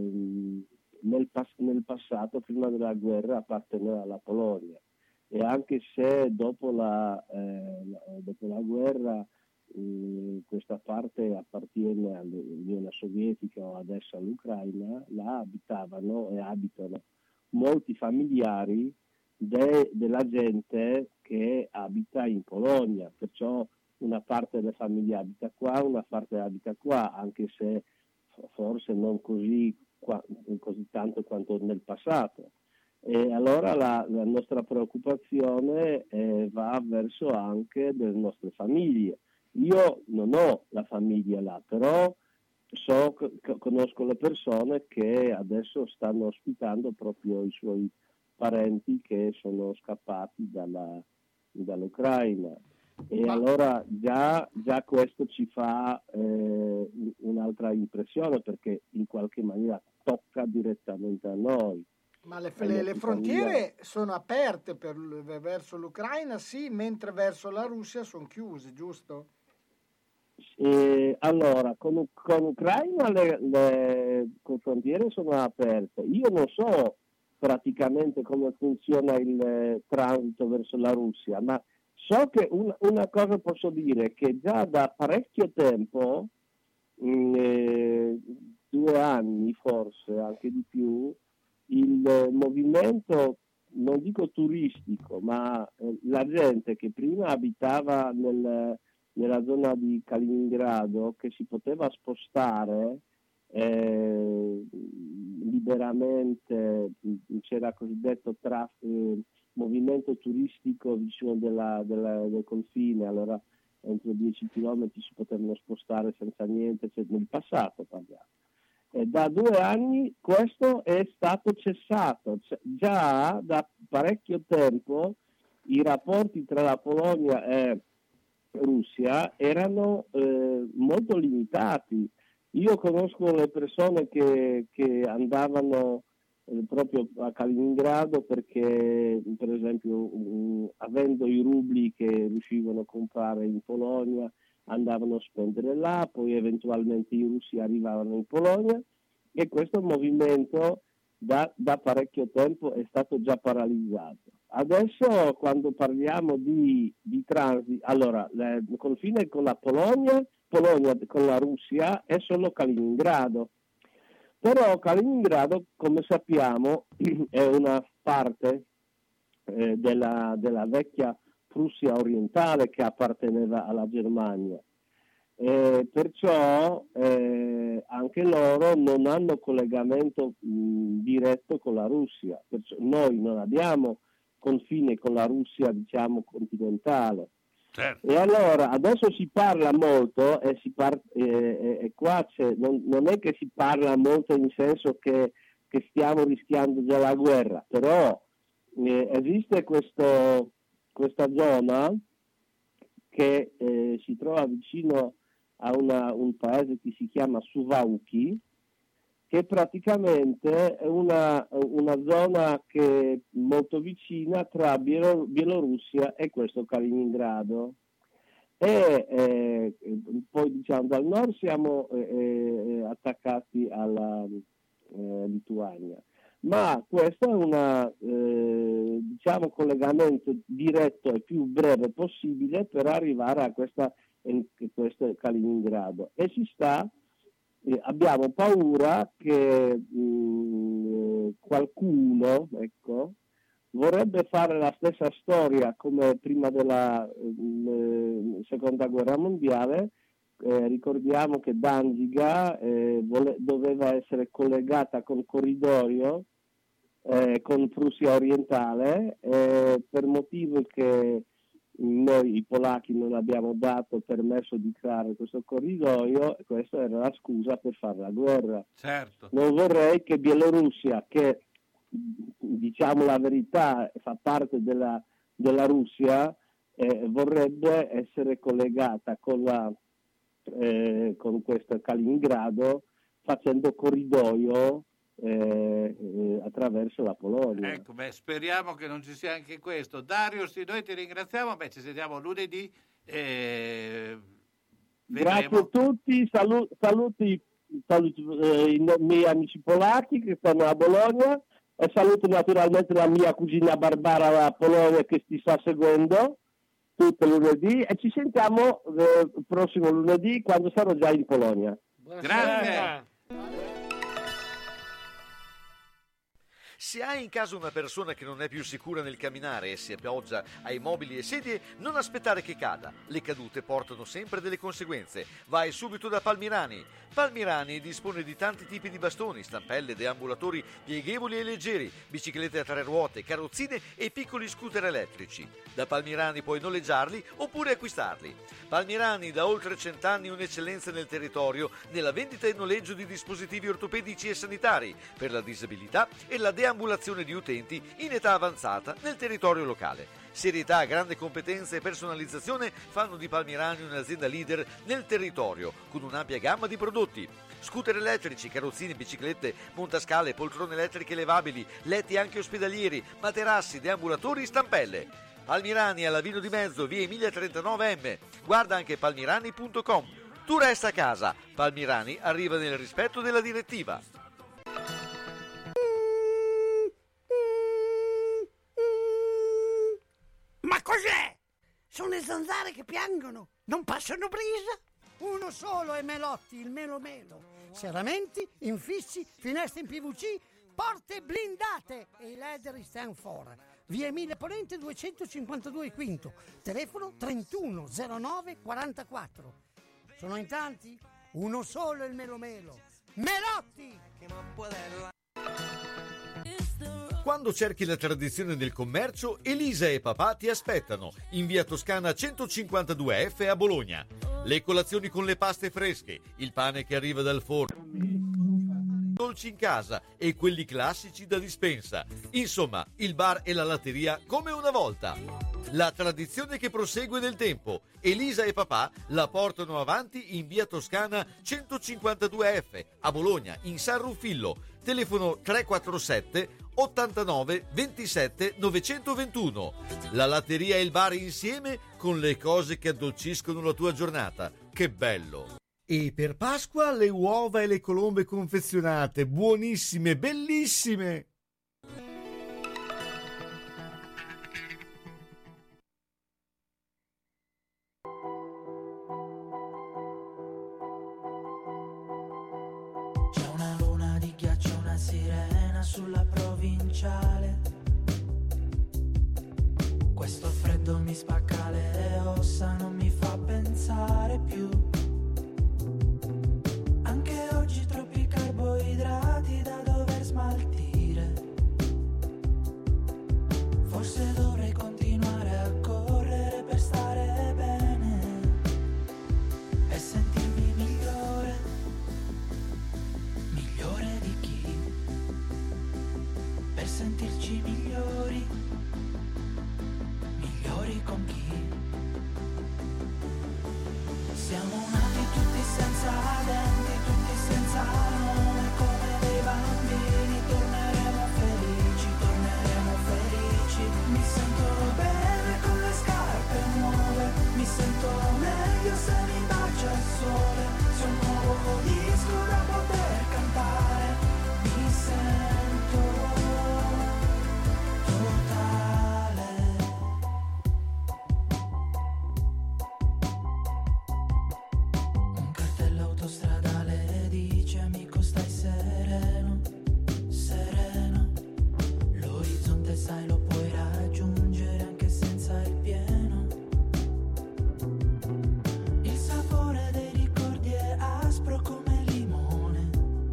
nel passato, prima della guerra, apparteneva alla Polonia, e anche se dopo la guerra questa parte appartiene all'Unione Sovietica o adesso all'Ucraina, là abitavano e abitano molti familiari della gente che abita in Polonia, perciò una parte delle famiglie abita qua, una parte abita qua, anche se forse non così tanto quanto nel passato. E allora la nostra preoccupazione va verso anche delle nostre famiglie. Io non ho la famiglia là, però conosco le persone che adesso stanno ospitando proprio i suoi parenti che sono scappati dall'Ucraina. E allora già questo ci fa un'altra impressione, perché in qualche maniera tocca direttamente a noi. Ma le frontiere sono aperte verso l'Ucraina, sì, mentre verso la Russia sono chiuse, giusto? Allora, con l'Ucraina le frontiere sono aperte. Io non so praticamente come funziona il transito verso la Russia, ma so che una cosa posso dire, che già da parecchio tempo, 2 anni forse, anche di più, il movimento, non dico turistico, ma la gente che prima abitava nella zona di Kaliningrado, che si poteva spostare liberamente, c'era cosiddetto movimento turistico vicino del confine, allora entro 10 km si potevano spostare senza niente, nel passato parliamo. Da 2 anni questo è stato cessato, già da parecchio tempo i rapporti tra la Polonia e Russia erano molto limitati. Io conosco le persone che andavano proprio a Kaliningrado perché, per esempio, avendo i rubli che riuscivano a comprare in Polonia, andavano a spendere là, poi eventualmente i russi arrivavano in Polonia, e questo movimento da parecchio tempo è stato già paralizzato. Adesso, quando parliamo di transito, allora il confine con la Polonia con la Russia è solo Kaliningrado, però Kaliningrado, come sappiamo, è una parte della vecchia Prussia orientale che apparteneva alla Germania, perciò anche loro non hanno collegamento diretto con la Russia, perciò noi non abbiamo confine con la Russia, diciamo, continentale. Certo. E allora adesso si parla molto e qua non è che si parla molto in senso che stiamo rischiando già la guerra, però esiste questa zona che si trova vicino a un paese che si chiama Suwałki, che praticamente è una zona che è molto vicina tra Bielorussia e questo Kaliningrado. E poi, diciamo, dal nord siamo attaccati alla Lituania. Ma questo è un collegamento diretto e più breve possibile per arrivare a questo Kaliningrado. E abbiamo paura che qualcuno, vorrebbe fare la stessa storia come prima della seconda guerra mondiale. Ricordiamo che Danziga doveva essere collegata con corridoio con Prussia orientale, per motivi che noi i polacchi non abbiamo dato permesso di creare questo corridoio, e questa era la scusa per fare la guerra. Certo. Non vorrei che Bielorussia, che diciamo la verità fa parte della Russia, vorrebbe essere collegata con questo Kaliningrado facendo corridoio attraverso la Polonia. Ecco, speriamo che non ci sia anche questo. Dario, noi ti ringraziamo, ci sentiamo lunedì. Grazie a tutti, saluti i miei amici polacchi che stanno a Bologna, e saluto naturalmente la mia cugina Barbara da Polonia che ti sta seguendo tutto lunedì, e ci sentiamo il prossimo lunedì quando sarò già in Polonia. Grazie. Se hai in casa una persona che non è più sicura nel camminare e si appoggia ai mobili e sedie, non aspettare che cada. Le cadute portano sempre delle conseguenze. Vai subito da Palmirani. Palmirani dispone di tanti tipi di bastoni, stampelle, deambulatori pieghevoli e leggeri, biciclette a 3 ruote, carrozzine e piccoli scooter elettrici. Da Palmirani puoi noleggiarli oppure acquistarli. Palmirani, da oltre 100 anni, un'eccellenza nel territorio nella vendita e noleggio di dispositivi ortopedici e sanitari per la disabilità e la deambulazione di utenti in età avanzata nel territorio locale. Serietà, grande competenza e personalizzazione fanno di Palmirani un'azienda leader nel territorio, con un'ampia gamma di prodotti. Scooter elettrici, carrozzine, biciclette, montascale, poltrone elettriche levabili, letti anche ospedalieri, materassi, deambulatori, stampelle. Palmirani alla Vino di Mezzo, via Emilia 39M. Guarda anche palmirani.com. Tu resta a casa. Palmirani arriva nel rispetto della direttiva. Ma cos'è? Sono le zanzare che piangono, non passano brisa. Uno solo è Melotti, il Melo Melo. Serramenti, infissi, finestre in PVC, porte blindate e i leder stand for. Via Emile Ponente 252 Quinto, telefono 3109 44. Sono in tanti? Uno solo è il Melo Melo. Melotti! Quando cerchi la tradizione del commercio, Elisa e papà ti aspettano in via Toscana 152F a Bologna. Le colazioni con le paste fresche, il pane che arriva dal forno, dolci in casa e quelli classici da dispensa. Insomma, il bar e la latteria come una volta. La tradizione che prosegue nel tempo. Elisa e papà la portano avanti in via Toscana 152F a Bologna, in San Ruffillo. Telefono 347 89 27 921. La latteria e il bar insieme con le cose che addolciscono la tua giornata. Che bello! E per Pasqua le uova e le colombe confezionate, buonissime, bellissime! C'è una luna di ghiaccio, una sirena sulla provinciale. Questo freddo mi spacca le ossa, non mi fa pensare più. Anche oggi troppi carboidrati da dover smaltire. Forse dovrei continuare a correre per stare bene e sentirmi migliore. Migliore di chi? Per sentirci migliori. Migliori con chi? Siamo nati tutti senza denti, tutti senza nome, come dei bambini. Torneremo felici. Mi sento bene con le scarpe nuove. Mi sento meglio se mi bacia il sole. C'è un nuovo disco da poter cantare. Mi sento totale. Un cartello autostradale dice: amico stai sereno, sereno. L'orizzonte sai lo puoi raggiungere anche senza il pieno. Il sapore dei ricordi è aspro come limone.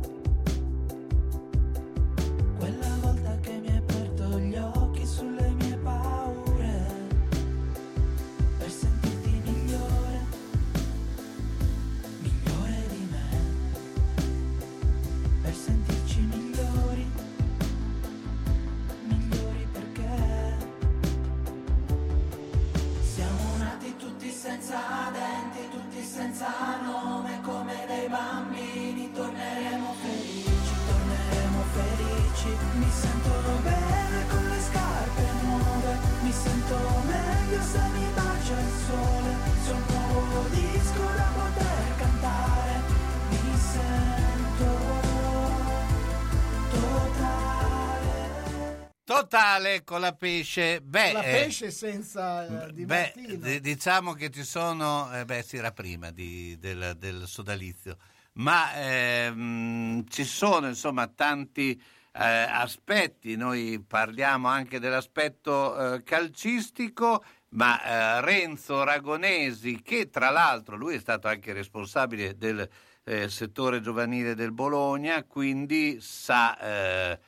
Quella volta che mi hai aperto gli occhi sulle mie paure, per sentirti migliore, migliore di me, per sentirci migliori, migliori perché siamo nati tutti senza denti, tutti senza nome, come dei bambini. Torneremo felici. Mi sento bene con le scarpe nuove. Mi sento meglio se mi bacia il sole. C'è un nuovo disco da poter cantare. Mi sento totale. Totale con la pesce. Beh, La pesce senza Di Martino. diciamo che ci sono, si era prima del sodalizio, ma ci sono insomma tanti aspetti. Noi parliamo anche dell'aspetto calcistico, ma Renzo Ragonesi, che tra l'altro lui è stato anche responsabile del settore giovanile del Bologna, quindi sa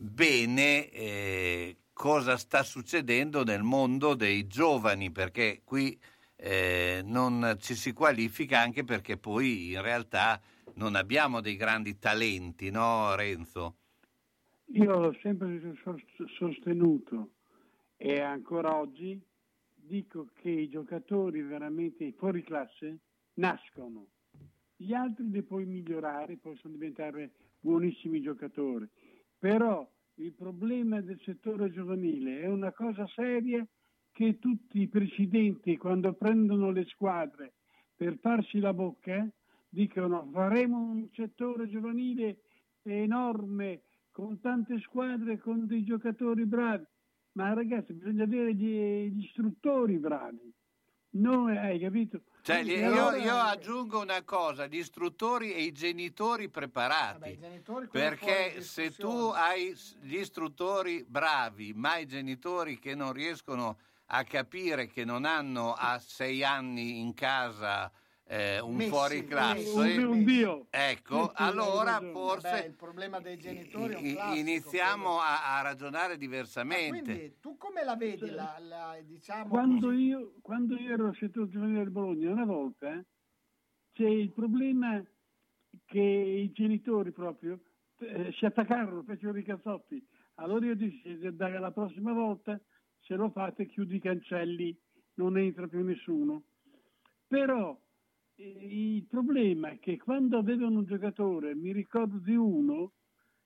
bene cosa sta succedendo nel mondo dei giovani, perché qui non ci si qualifica, anche perché poi in realtà non abbiamo dei grandi talenti, no Renzo? Io l'ho sempre sostenuto e ancora oggi dico che i giocatori veramente fuori classe nascono, gli altri li puoi migliorare, possono diventare buonissimi giocatori, però il problema del settore giovanile è una cosa seria, che tutti i presidenti, quando prendono le squadre per farsi la bocca, dicono faremo un settore giovanile enorme con tante squadre, con dei giocatori bravi. ma ragazzi bisogna avere gli istruttori bravi, non hai capito? Cioè, Allora- io aggiungo una cosa, gli istruttori e i genitori preparati, Vabbè, i genitori come fuori perché di se discussione. tu hai gli istruttori bravi, ma i genitori che non riescono a capire che non hanno a 6 anni in casa un Messi, fuoriclasse, un dio. ecco, Messi, hai allora ragione. forse Vabbè, il problema dei genitori è un classico. iniziamo a ragionare Ma diversamente. quindi tu come la vedi? Diciamo Quando così? io ero al settore giovanile del Bologna, una volta c'è il problema che i genitori proprio si attaccarono, fecero i cazzotti. Allora io dissi, la prossima volta se lo fate chiudi i cancelli, non entra più nessuno. Però il problema è che quando avevano un giocatore, mi ricordo di uno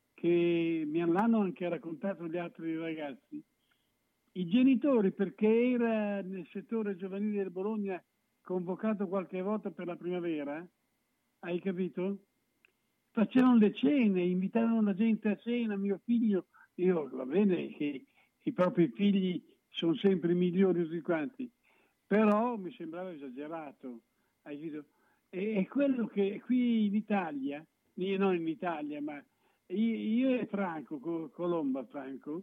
che mi l'hanno anche raccontato gli altri ragazzi, i genitori, perché era nel settore giovanile del Bologna convocato qualche volta per la primavera, hai capito? Facevano le cene, invitavano la gente a cena, mio figlio, io va bene che i propri figli sono sempre i migliori tutti quanti, però mi sembrava esagerato, hai capito? E quello che qui in Italia, non in Italia, ma io e Franco, Colomba Franco,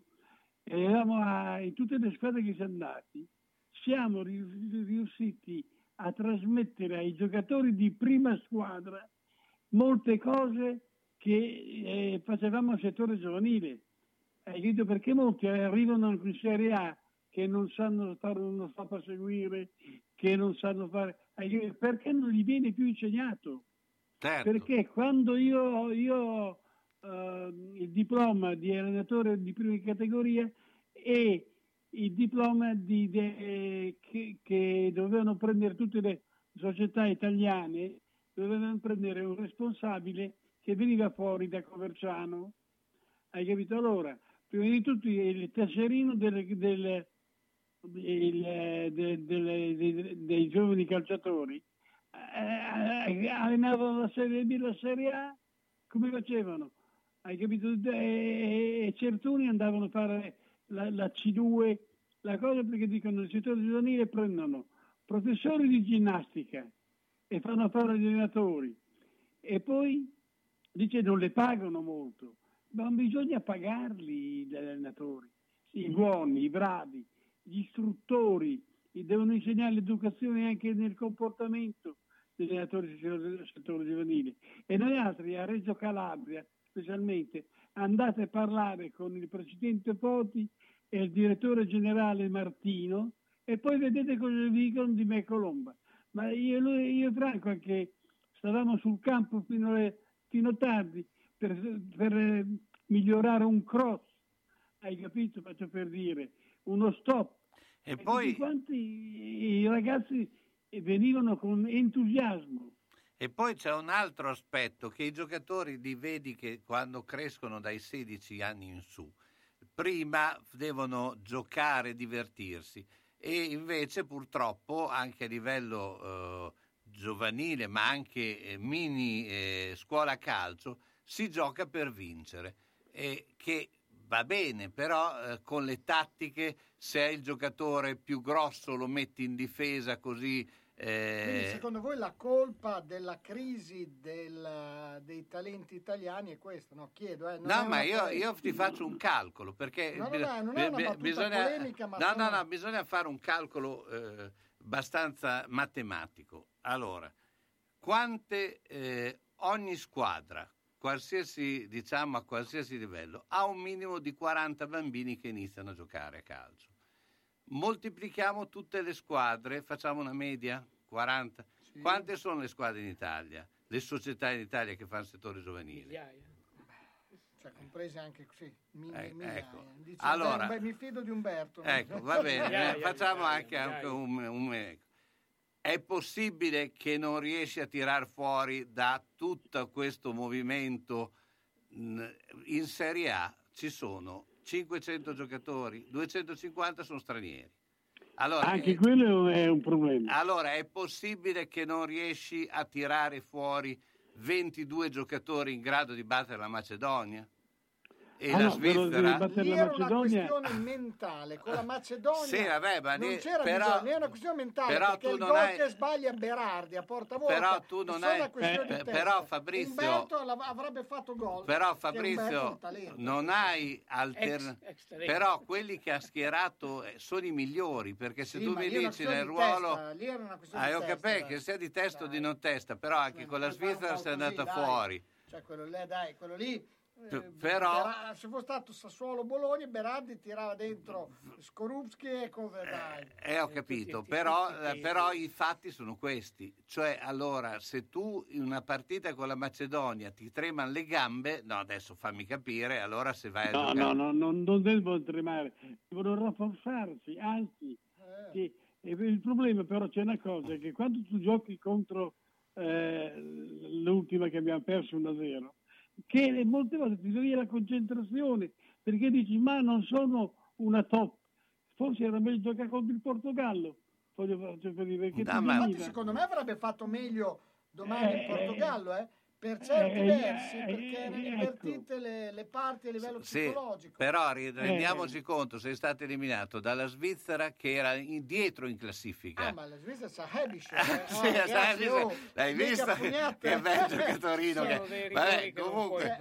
eravamo in tutte le squadre che siamo andati, siamo riusciti a trasmettere ai giocatori di prima squadra molte cose che facevamo al settore giovanile. Hai capito? Perché molti arrivano in Serie A che non sanno fare uno stop a seguire, che non sanno fare, perché non gli viene più insegnato. Certo. Perché quando io ho il diploma di allenatore di prima categoria e il diploma che dovevano prendere tutte le società italiane, dovevano prendere un responsabile che veniva fuori da Coverciano. Hai capito? Allora, prima di tutto il tesserino dei giovani calciatori allenavano la Serie B, la Serie A, come facevano? Hai capito? E certuni andavano a fare la C2, la cosa, perché dicono nel settore giovanile prendono professori di ginnastica e fanno fare gli allenatori e poi dice non le pagano molto, ma bisogna pagarli gli allenatori, i buoni, i bravi, gli istruttori, devono insegnare l'educazione anche nel comportamento degli allenatori del settore giovanile. E noi altri a Reggio Calabria specialmente andate a parlare con il presidente Poti e il direttore generale Martino e poi vedete cosa dicono di me Colomba. Ma io e Franco anche stavamo sul campo fino tardi per migliorare un cross, hai capito? Faccio per dire, uno stop. E poi tutti quanti i ragazzi venivano con entusiasmo. E poi c'è un altro aspetto, che i giocatori li vedi che quando crescono dai 16 anni in su, prima devono giocare e divertirsi, e invece purtroppo anche a livello giovanile, ma anche mini scuola calcio, si gioca per vincere, e che va bene, però con le tattiche, se hai il giocatore più grosso lo metti in difesa così. Quindi secondo voi la colpa della crisi dei talenti italiani è questa? No, chiedo. No, ma io ti faccio un calcolo, perché non è una battuta polemica, ma bisogna fare un calcolo abbastanza matematico. Allora, quante ogni squadra, qualsiasi, diciamo, a qualsiasi livello, ha un minimo di 40 bambini che iniziano a giocare a calcio. Moltiplichiamo tutte le squadre, facciamo una media, 40. Sì. Quante sono le squadre in Italia? Le società in Italia che fanno settore giovanile? Migliaia. Cioè, comprese anche così, migliaia. Ecco. Dice, allora, mi fido di Umberto. Ecco, va bene, facciamo anche un... È possibile che non riesci a tirar fuori da tutto questo movimento? In Serie A ci sono 500 giocatori, 250 sono stranieri. Allora, anche quello è un problema. Allora, è possibile che non riesci a tirare fuori 22 giocatori in grado di battere la Macedonia? e la Svizzera. Lì era una questione mentale, con la Macedonia Sì, vabbè, ma non c'era però, bisogno, è una questione mentale, però perché tu il non gol hai- che sbaglia Berardi a porta vuota, però tu non è solo hai- una questione di testa. però Fabrizio- Umberto avrebbe fatto gol, Però perché Umberto è Fabrizio un talento. non hai Ex talento. però quelli che ha schierato sono i migliori, perché se Sì, tu ma mi lì è una dici questione nel di ruolo testa, lì era una questione di ho testa, capito dai. che sia di testa o di non testa, però anche con la Svizzera sei andata Dai. fuori. Cioè quello lì Però se fosse stato Sassuolo-Bologna, Berardi tirava dentro Skorupski e come dai. ho capito, però i fatti sono questi, cioè allora se tu in una partita con la Macedonia ti tremano le gambe, no adesso fammi capire, allora se vai a giocare. No, non devono tremare, devono rafforzarsi, anzi, il problema però c'è una cosa, che quando tu giochi contro l'ultima che abbiamo perso 1-0, che molte volte ti viene la concentrazione, perché dici ma non sono una top, forse era meglio giocare contro il Portogallo, voglio per dire, perché Infatti secondo me avrebbe fatto meglio domani il Portogallo, per certi versi, perché erano invertite le parti a livello Sì, psicologico. però rendiamoci conto, sei stato eliminato dalla Svizzera che era dietro in classifica. Ma la Svizzera sa Hebisch, Sì, l'hai visto? Che bel giocatorino che... Vabbè, comunque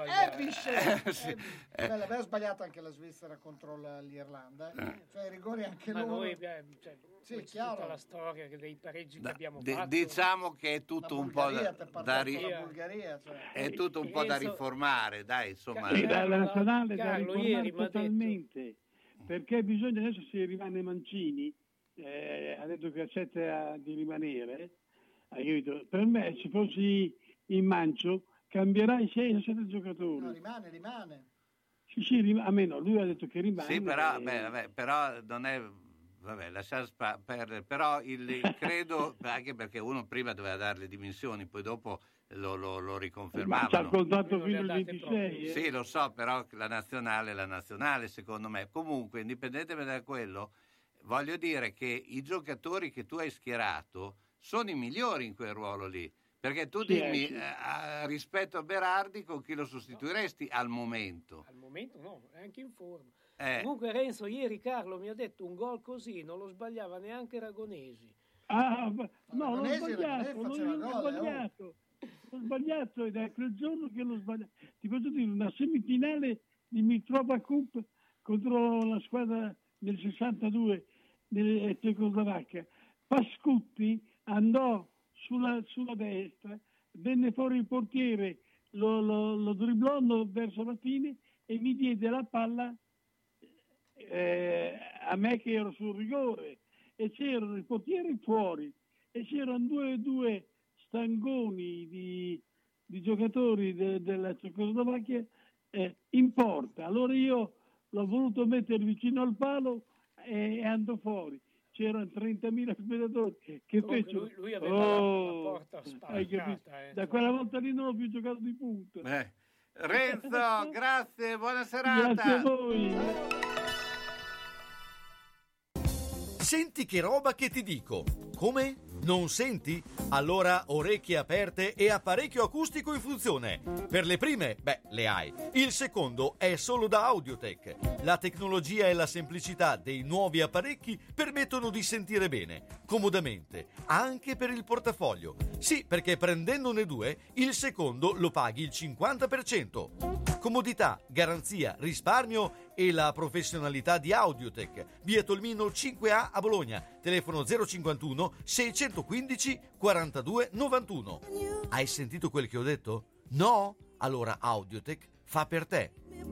L'aveva sbagliato anche la Svizzera contro l'Irlanda, cioè i rigori anche Ma loro. noi Sì, tutta chiaro. la storia dei pareggi che abbiamo fatto. Diciamo che è tutto un po' da Bulgaria, cioè. è tutto un po' da riformare, dai, insomma. La nazionale da Carlo, riformare ieri m'ha totalmente, perché bisogna, adesso se rimane Mancini, ha detto che accetta di rimanere, hai capito? Per me se fossi in Mancio cambierai 6 o 7 giocatori. No, rimane. Sì, a meno, lui ha detto che rimane. Sì, però, però non è... Vabbè, lasciare perdere, però credo, anche perché uno prima doveva dare le dimensioni, poi dopo lo riconfermavano. Ma c'ha il contratto fino al 26. Sì, lo so, però la nazionale secondo me. Comunque, indipendentemente da quello, voglio dire che i giocatori che tu hai schierato sono i migliori in quel ruolo lì. Perché tu dimmi, rispetto a Berardi, con chi lo sostituiresti al momento? Al momento no, è anche in forma. Comunque Renzo, ieri Carlo mi ha detto un gol così, non lo sbagliava neanche Ragonesi. No, l'ho sbagliato ed è quel giorno che l'ho sbagliato. Ti posso dire, una semifinale di Mitrova Cup contro la squadra del 62 del Cecoslovacchia. Pascutti andò sulla destra, venne fuori il portiere, lo dribblò verso la fine e mi diede la palla a me che ero sul rigore, e c'erano i portieri fuori e c'erano due stangoni di giocatori della Cecoslovacchia in porta. Allora io l'ho voluto mettere vicino al palo e andò fuori. C'erano 30.000 spettatori che fecero. Lui aveva la porta spalancata. Da quella volta lì non ho più giocato di punta. Renzo, grazie, buona serata. Grazie a voi. Senti che roba che ti dico. Come? Non senti? Allora orecchie aperte e apparecchio acustico in funzione. Per le prime, le hai. Il secondo è solo da Audiotech. La tecnologia e la semplicità dei nuovi apparecchi permettono di sentire bene, comodamente, anche per il portafoglio. Sì, perché prendendone 2, il secondo lo paghi il 50%. Comodità, garanzia, risparmio e la professionalità di Audiotech. Via Tolmino 5A a Bologna. Telefono 051 615 42 91. Hai sentito quel che ho detto? No? Allora Audiotech fa per te.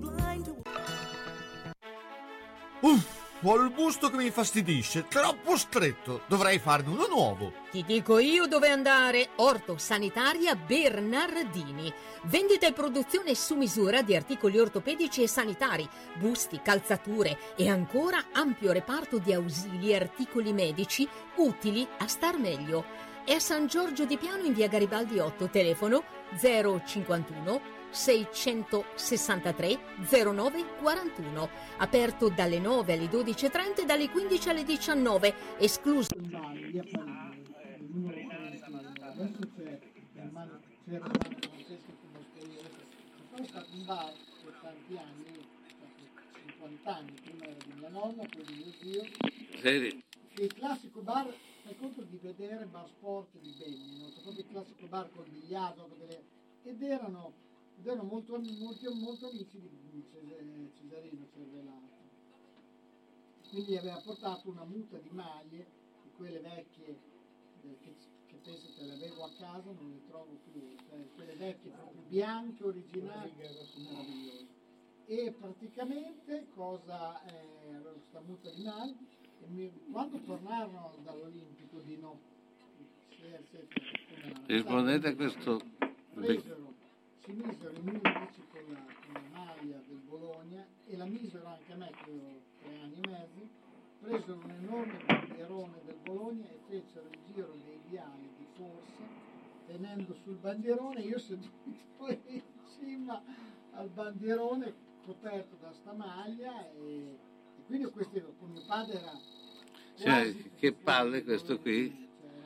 Ho il busto che mi infastidisce, troppo stretto, dovrei farne uno nuovo. Ti dico io dove andare. Orto Sanitaria Bernardini. Vendita e produzione su misura di articoli ortopedici e sanitari, busti, calzature e ancora ampio reparto di ausili e articoli medici utili a star meglio. È a San Giorgio di Piano in via Garibaldi 8, telefono 051 663 09 41, aperto dalle 9 alle 12.30 e dalle 15 alle 19, escluso. Adesso c'era Francesco come esperienza, poi è stato in bar per tanti anni 50 anni, prima era di mia nonna, poi di mio zio, Senti, che il classico bar, fai conto di vedere bar sport di Begni, no? C'è proprio il classico bar col biliardo, ed erano molto amici di Cesarino Cervelato. Quindi aveva portato una muta di maglie, di quelle vecchie, che penso che le avevo a casa, non le trovo più, cioè quelle vecchie proprio bianche, originali, meravigliose. E praticamente avevo questa muta di maglie, e quando tornarono dall'Olimpico di rispondete a questo. Si misero in 11 con la maglia del Bologna e la misero anche a me che avevo 3 anni e mezzo, presero un enorme bandierone del Bologna e fecero il giro dei viali di Forza tenendo sul bandierone, io seduto in cima al bandierone coperto da sta maglia e quindi questo con mio padre era cioè, che palle questo qui.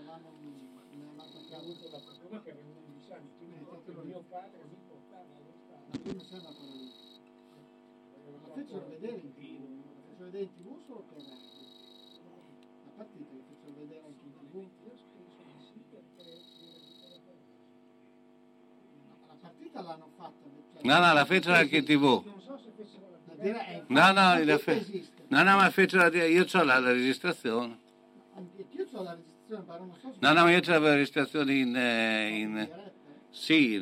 Non sei andato lì. La fecero vedere in TV solo per la partita, la fecero vedere anche in TV. La partita l'hanno fatta. No, la fecero anche in TV. Non so se fecero No, ma fecero io ho la registrazione. Io ho la registrazione, però non so se No, ma io c'ho la registrazione sì,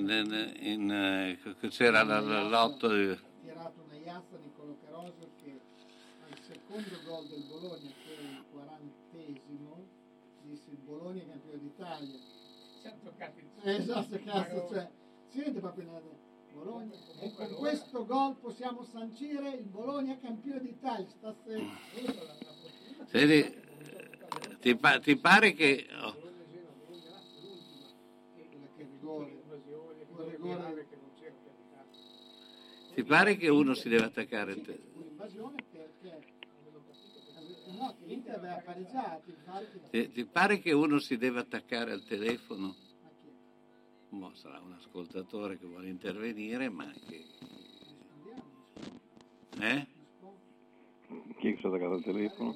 c'era l'otto. Tirato una iazza Nicolò Caroso che al secondo gol del Bologna, che era il 40esimo, disse il Bologna è campione d'Italia. Esatto, cazzo, cioè, si vede proprio nella Bologna. E con questo gol possiamo sancire il Bologna campione d'Italia. Senti, ti pare che... Ti pare che uno si deve attaccare al telefono? Ti pare che uno si deve attaccare al telefono? Sarà un ascoltatore che vuole intervenire, ma che... Chi si è attaccato al telefono?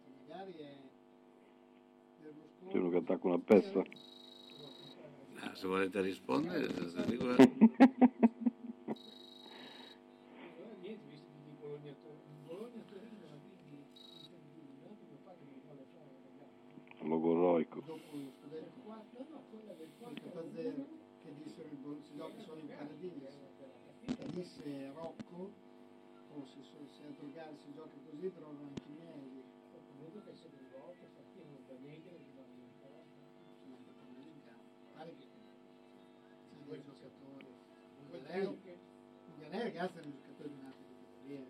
C'è uno che attacca una pezza. Se volete rispondere, logoroico. Che dissero si gioca solo in paradiso, e disse Rocco, se a giocare si gioca così trovano anche i miei. Vedo che se ne volta sta pieno da negre che vanno in pare che c'è dei giocatori Unganè ragazzi erano giocatori di nati di categoria,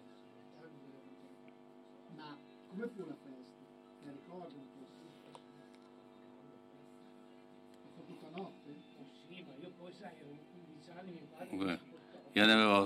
ma come fu la festa? Mi ricordo un po'. Fu tutta notte? Sì, ma io poi sai ero 15 anni mi pare io ne avevo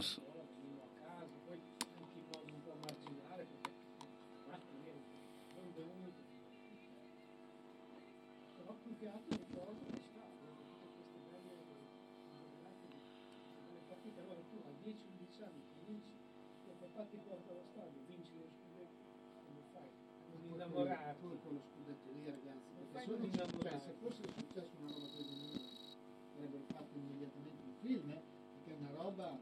pure con lo scudetto lì ragazzi, cioè, se fosse successo una roba così avrebbero fatto immediatamente un film perché è una roba.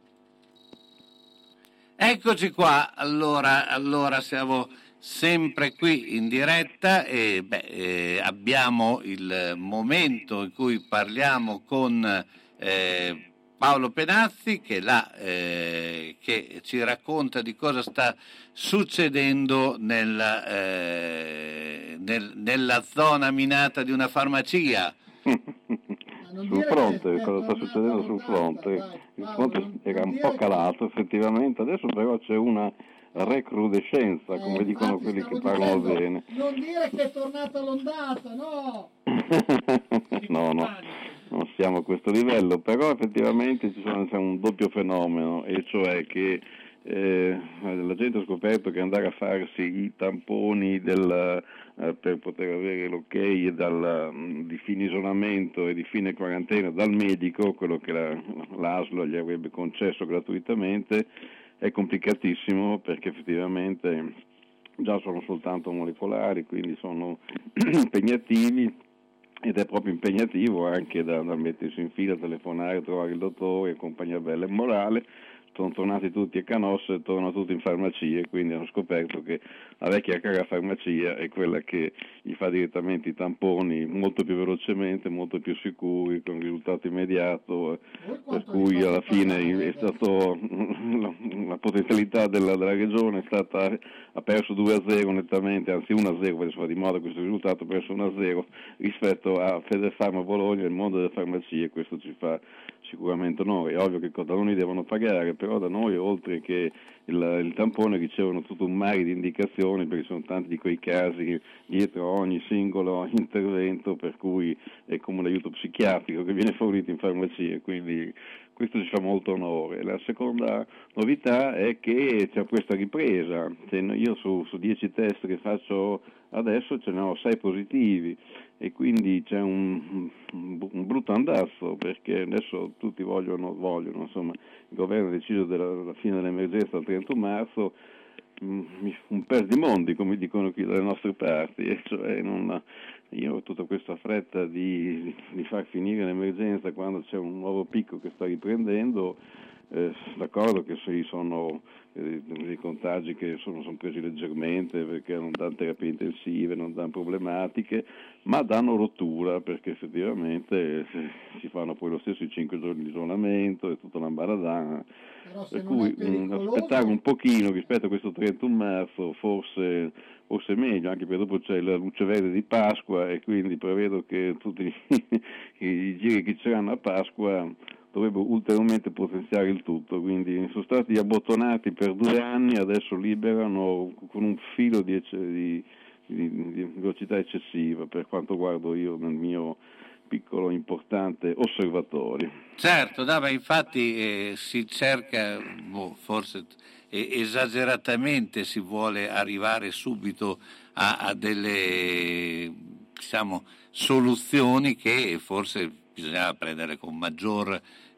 Eccoci qua, allora siamo sempre qui in diretta e abbiamo il momento in cui parliamo con Paolo Penazzi che ci racconta di cosa sta succedendo nella zona minata di una farmacia. Sul fronte, cosa sta succedendo sul fronte? Il fronte era un po' calato effettivamente, adesso però c'è una recrudescenza, come dicono quelli che parlano bene. Non dire che è tornata l'ondata, no! No, non siamo a questo livello, però effettivamente c'è un doppio fenomeno, e cioè che la gente ha scoperto che andare a farsi i tamponi per poter avere l'ok di fine isolamento e di fine quarantena dal medico, quello che l'ASL gli avrebbe concesso gratuitamente, è complicatissimo perché effettivamente già sono soltanto molecolari, quindi sono impegnativi, ed è proprio impegnativo anche da mettersi in fila, telefonare, trovare il dottore e compagnia bella e morale. Sono tornati tutti a Canossa, tornano tutti in farmacie, quindi hanno scoperto che la vecchia cara farmacia è quella che gli fa direttamente i tamponi molto più velocemente, molto più sicuri, con risultato immediato, per cui alla fine è stato la potenzialità della regione è stata, ha perso 2-0 nettamente, anzi 1-0, perché si fa di moda questo risultato, ha perso 1-0 rispetto a Federfarma Bologna, il mondo delle farmacie, questo ci fa sicuramente onore. È ovvio che da noi devono pagare, però da noi oltre che il tampone ricevono tutto un mare di indicazioni, perché sono tanti di quei casi dietro ogni singolo intervento, per cui è come un aiuto psichiatrico che viene fornito in farmacia, quindi questo ci fa molto onore. La seconda novità è che c'è questa ripresa, io su 10 test che faccio adesso ce ne ho 6 positivi e quindi c'è un brutto andazzo, perché adesso tutti vogliono, insomma, il governo ha deciso della fine dell'emergenza il 31 marzo, un perdimondi, come dicono qui dalle nostre parti, e cioè io ho tutta questa fretta di far finire l'emergenza quando c'è un nuovo picco che sta riprendendo. D'accordo che sì, sono dei contagi che sono presi leggermente perché non danno terapie intensive, non danno problematiche, ma danno rottura, perché effettivamente si fanno poi lo stesso i 5 giorni di isolamento e tutta l'ambaradana, per cui aspettare un pochino rispetto a questo 31 marzo forse meglio, anche perché dopo c'è la luce verde di Pasqua e quindi prevedo che tutti i giri che c'erano a Pasqua dovrebbero ulteriormente potenziare il tutto, quindi sono stati abbottonati per 2 anni, adesso liberano con un filo di velocità eccessiva, per quanto guardo io nel mio piccolo importante osservatorio. Certo, ma infatti si cerca, forse esageratamente si vuole arrivare subito a delle, diciamo, soluzioni che forse bisognava prendere con maggior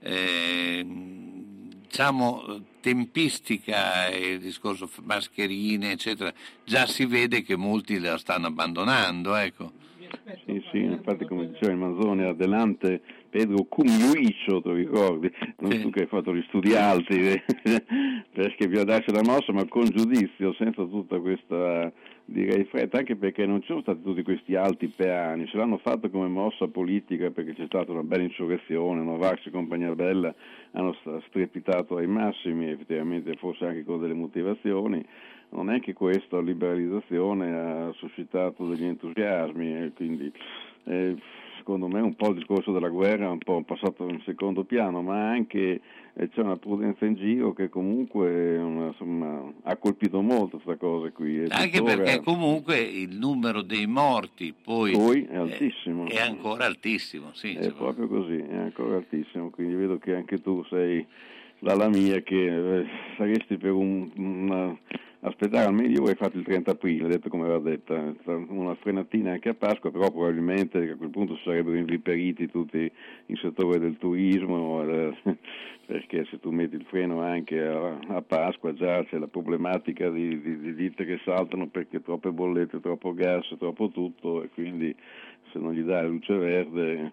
tempistica, e il discorso mascherine eccetera, già si vede che molti la stanno abbandonando, ecco. Sì, infatti come diceva il Manzoni adelante Pedro cum iuicio, ti ricordi? Non tu che hai fatto gli studi alti perché bisogna darsi la mossa, ma con giudizio, senza tutta questa, direi, fretta, anche perché non ci sono stati tutti questi alti peani, ce l'hanno fatto come mossa politica perché c'è stata una bella insurrezione, Novax e compagnia bella hanno strepitato ai massimi, effettivamente forse anche con delle motivazioni. Non è che questa liberalizzazione ha suscitato degli entusiasmi, e quindi secondo me un po' il discorso della guerra è un po' passato in secondo piano, ma anche c'è una prudenza in giro che comunque ha colpito molto questa cosa qui. Anche perché comunque il numero dei morti poi è altissimo. È ancora altissimo, sì. È proprio così, è ancora altissimo, quindi vedo che anche tu sei dalla mia che saresti per aspettare almeno. Io avrei fatto il 30 aprile, detto come aveva detto, una frenatina anche a Pasqua, però probabilmente a quel punto si sarebbero inviperiti tutti il settore del turismo, perché se tu metti il freno anche a Pasqua già c'è la problematica di ditte che saltano perché troppe bollette, troppo gas, troppo tutto, e quindi se non gli dai la luce verde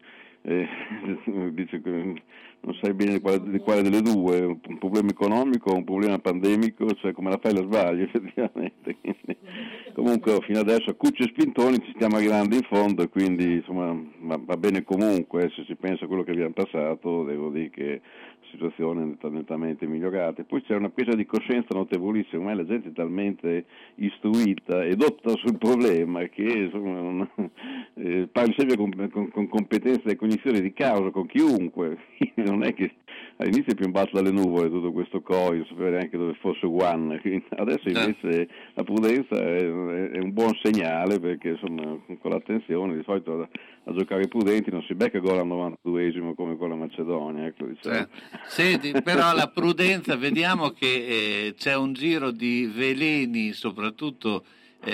dice che non sai bene di quale delle due, un problema economico o un problema pandemico, cioè come la fai la sbagli effettivamente. Comunque fino adesso a cucci e spintoni ci stiamo arrivando in fondo, quindi insomma va bene comunque, se si pensa a quello che abbiamo passato, devo dire che la situazione è nettamente migliorata. E poi c'è una presa di coscienza notevolissima, ormai la gente è talmente istruita e dotta sul problema che insomma, parli sempre con competenza e cognizione di causa con chiunque. Non è che all'inizio è piombato dalle nuvole tutto questo non sapere neanche dove fosse Wuhan, adesso invece la prudenza è un buon segnale, perché insomma con l'attenzione di solito a giocare prudenti non si becca gol al 92esimo come con la Macedonia, ecco, diciamo. Senti, però la prudenza, vediamo che c'è un giro di veleni soprattutto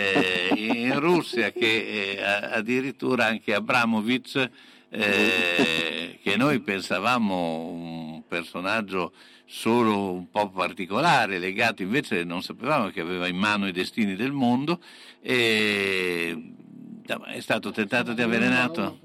in Russia, che addirittura anche Abramovich che noi pensavamo un personaggio solo un po' particolare, legato invece, non sapevamo che aveva in mano i destini del mondo, e è stato tentato di avvelenato.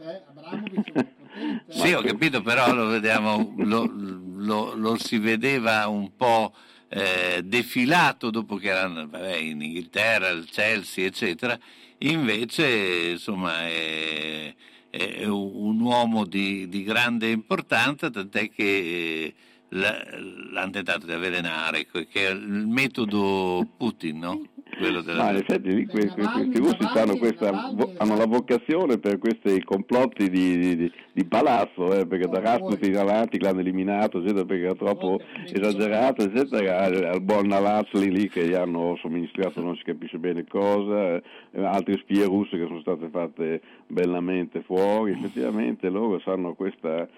Sì, ho capito, però lo vediamo, lo si vedeva un po' defilato dopo che era in Inghilterra, il Chelsea, eccetera. Invece, insomma, è un uomo di grande importanza, tant'è che l'hanno tentato di avvelenare, che è il metodo Putin, no? Quello in effetti questi russi hanno la vocazione per questi complotti di palazzo, perché da Rasputin in avanti l'hanno eliminato, eccetera, perché era troppo esagerato, eccetera, al buon Navalny lì che gli hanno somministrato non si capisce bene cosa, altre spie russe che sono state fatte bellamente fuori. Effettivamente loro sanno questo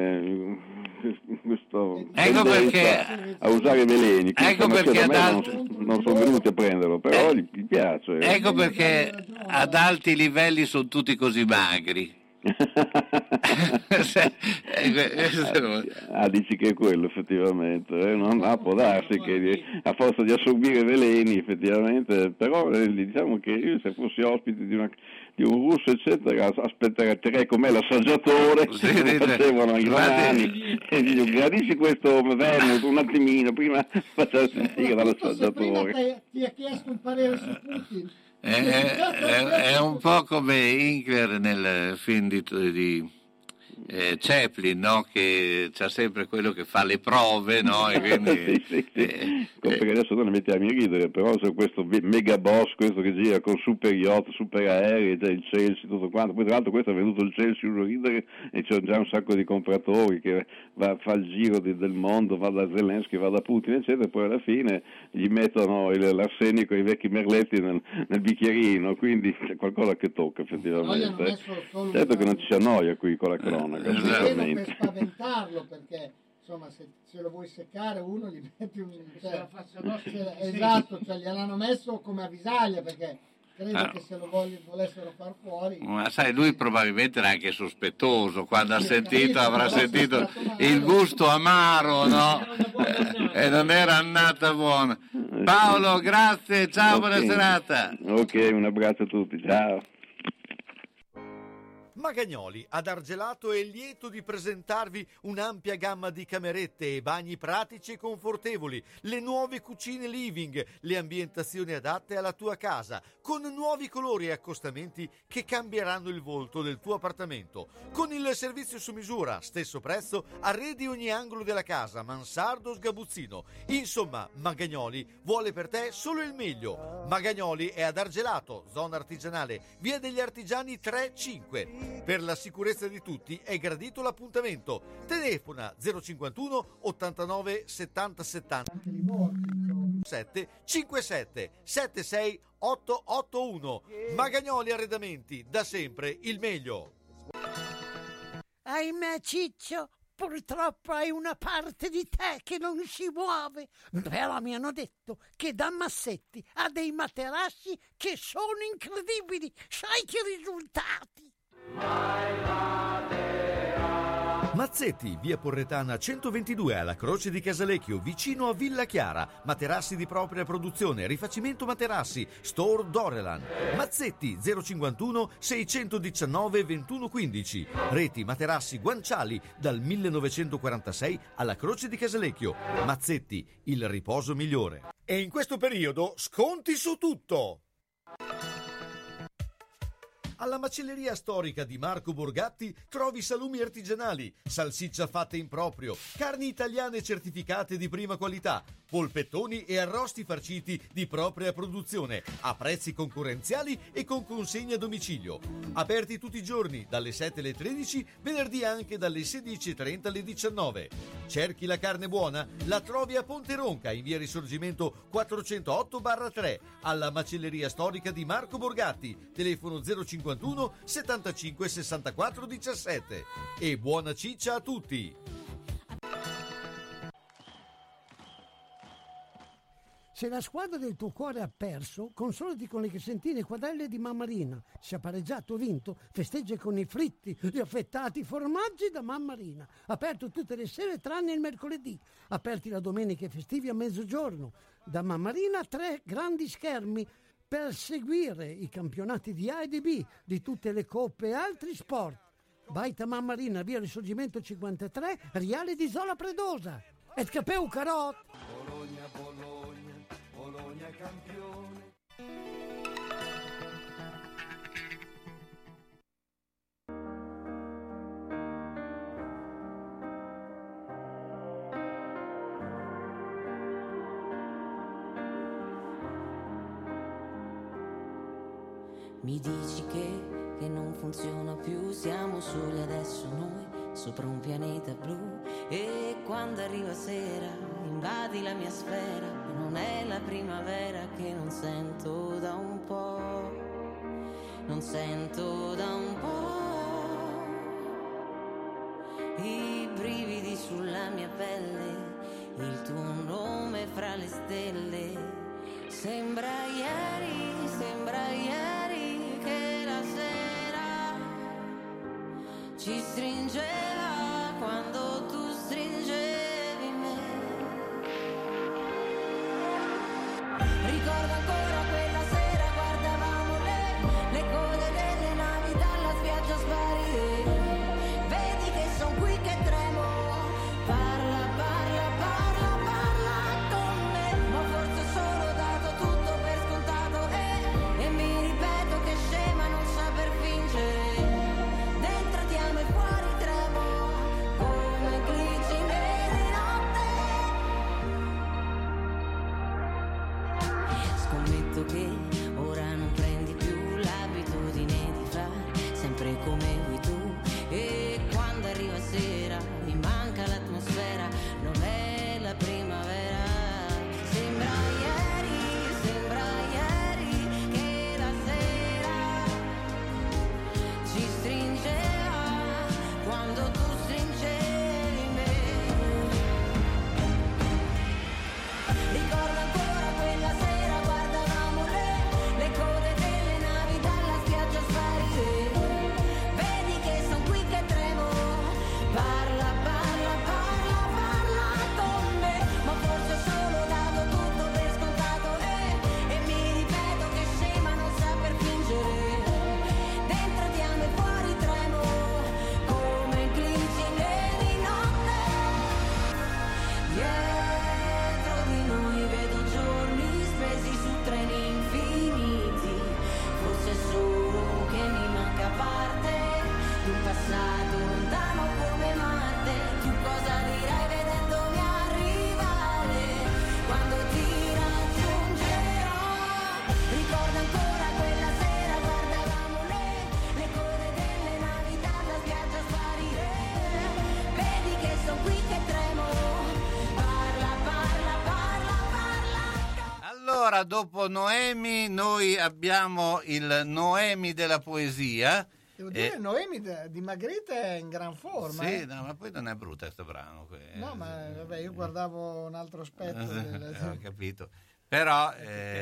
perché a usare veleni, ecco perché non sono venuti a prenderlo, però gli piace. Ecco perché ad alti livelli sono tutti così magri. Dici che è quello effettivamente, può darsi che a forza di assorbire veleni effettivamente, però diciamo che io se fossi ospite di un russo eccetera aspetterei come l'assaggiatore che facevano i romani e dico gradisci questo vermouth un attimino prima faccia sentire dall'assaggiatore. Ti ha chiesto un parere su Putin. È un po' come Inkler nel film di Chaplin, no? Che c'ha sempre quello che fa le prove, no? E quindi, perché adesso non ne mettiamo a ridere, però c'è questo mega boss, questo che gira con super yacht, super aerei, già il Chelsea, tutto quanto. Poi tra l'altro questo ha venduto il Chelsea, uno ridere, e c'è già un sacco di compratori che fa il giro del mondo, va da Zelensky, va da Putin, eccetera, e poi alla fine gli mettono l'arsenico e i vecchi merletti nel bicchierino, quindi c'è qualcosa che tocca effettivamente. Certo che non ci si annoia qui con la cronaca. Per spaventarlo, perché insomma se lo vuoi seccare uno gli metti esatto, cioè gliel'hanno messo come avvisaglia, perché credo che se lo volessero far fuori. Ma sai, lui probabilmente era anche sospettoso quando avrà sentito il gusto amaro, no? E non era annata buona. Paolo, grazie, ciao, buona serata. Ok, un abbraccio a tutti, ciao. Magagnoli ad Argelato è lieto di presentarvi un'ampia gamma di camerette e bagni pratici e confortevoli, le nuove cucine living, le ambientazioni adatte alla tua casa, con nuovi colori e accostamenti che cambieranno il volto del tuo appartamento. Con il servizio su misura, stesso prezzo, arredi ogni angolo della casa, mansardo, sgabuzzino. Insomma, Magagnoli vuole per te solo il meglio. Magagnoli è ad Argelato, zona artigianale, via degli Artigiani 3-5. Per la sicurezza di tutti è gradito l'appuntamento. Telefona 051 89 70 70 57 76 881. Magagnoli Arredamenti, da sempre il meglio. Ahimè Ciccio, purtroppo hai una parte di te che non si muove, però mi hanno detto che da Massetti ha dei materassi che sono incredibili. Sai che risultati? Mazzetti, via Porretana 122 alla Croce di Casalecchio, vicino a Villa Chiara. Materassi di propria produzione, rifacimento materassi, Store Dorelan. Mazzetti 051 619 2115. Reti materassi guanciali dal 1946 alla Croce di Casalecchio. Mazzetti, il riposo migliore. E in questo periodo sconti su tutto. Alla macelleria storica di Marco Borgatti trovi salumi artigianali, salsiccia fatta in proprio, carni italiane certificate di prima qualità, polpettoni e arrosti farciti di propria produzione, a prezzi concorrenziali e con consegna a domicilio. Aperti tutti i giorni, dalle 7 alle 13, venerdì anche dalle 16:30 alle 19. Cerchi la carne buona? La trovi a Ponte Ronca, in via Risorgimento 408/3, alla macelleria storica di Marco Borgatti, telefono 051 75 64 17. E buona ciccia a tutti! Se la squadra del tuo cuore ha perso, consolati con le crescentine quadrelle di Mammarina. Se ha pareggiato o vinto, festeggia con i fritti, gli affettati formaggi da Mammarina. Aperto tutte le sere tranne il mercoledì. Aperti la domenica e festivi a mezzogiorno. Da Mammarina 3 grandi schermi per seguire i campionati di A e di B, di tutte le coppe e altri sport. Baita Mammarina, via Risorgimento 53, Riale di Zola Predosa. Et capeu carot! Bologna, Bologna, Bologna campione. Mi dici che non funziona più, siamo soli adesso noi, sopra un pianeta blu. E quando arriva sera, invadi la mia sfera, non è la primavera che non sento da un po', non sento da un po'. I brividi sulla mia pelle, il tuo nome fra le stelle. Sembra ieri che la sera ci stringeva quando tu stringevi me. Ricordo ancora quella sera, guardavamo le code delle navi dalla spiaggia sparire. Vedi che son qui che tremo, parla, parla, parla, parla con me. Ma forse ho solo dato tutto per scontato e mi ripeto che scema non saper fingere. Dentro ti amo e fuori tremo, come glicine di notte. Scommetto che ora non prendi più l'abitudine di fare sempre come vuoi tu. E quando arriva sera mi manca l'atmosfera, non è la primavera. Sembra ieri che la sera ci stringeva quando tu stringevi me. Ricordo ancora quella sera, guardavamo le code delle navi dalla spiaggia sparire. Vedi che son qui che tremo, parla, parla, parla, parla con me. Ma forse ho solo dato tutto per scontato e mi ripeto che scema non saper fingere. Dentro ti amo e fuori tremo, come glicine di notte. Dietro di noi vedo giorni spesi su treni infiniti. Forse è solo che mi manca parte di un passato lontano come Marte. Tu cosa dirai vedendomi arrivare quando ti raggiungerò? Ricordo ancora quella sera, guardavamo le code delle navi dalla spiaggia sparire. Vedi che son qui che tremo, parla, parla, parla, parla. Allora, dopo Noemi, noi abbiamo il Noemi della poesia. Devo dire, Noemi di Magritte è in gran forma. Sì, no, ma poi non è brutta questo brano. No, ma vabbè, io guardavo un altro aspetto. Ho capito. Però,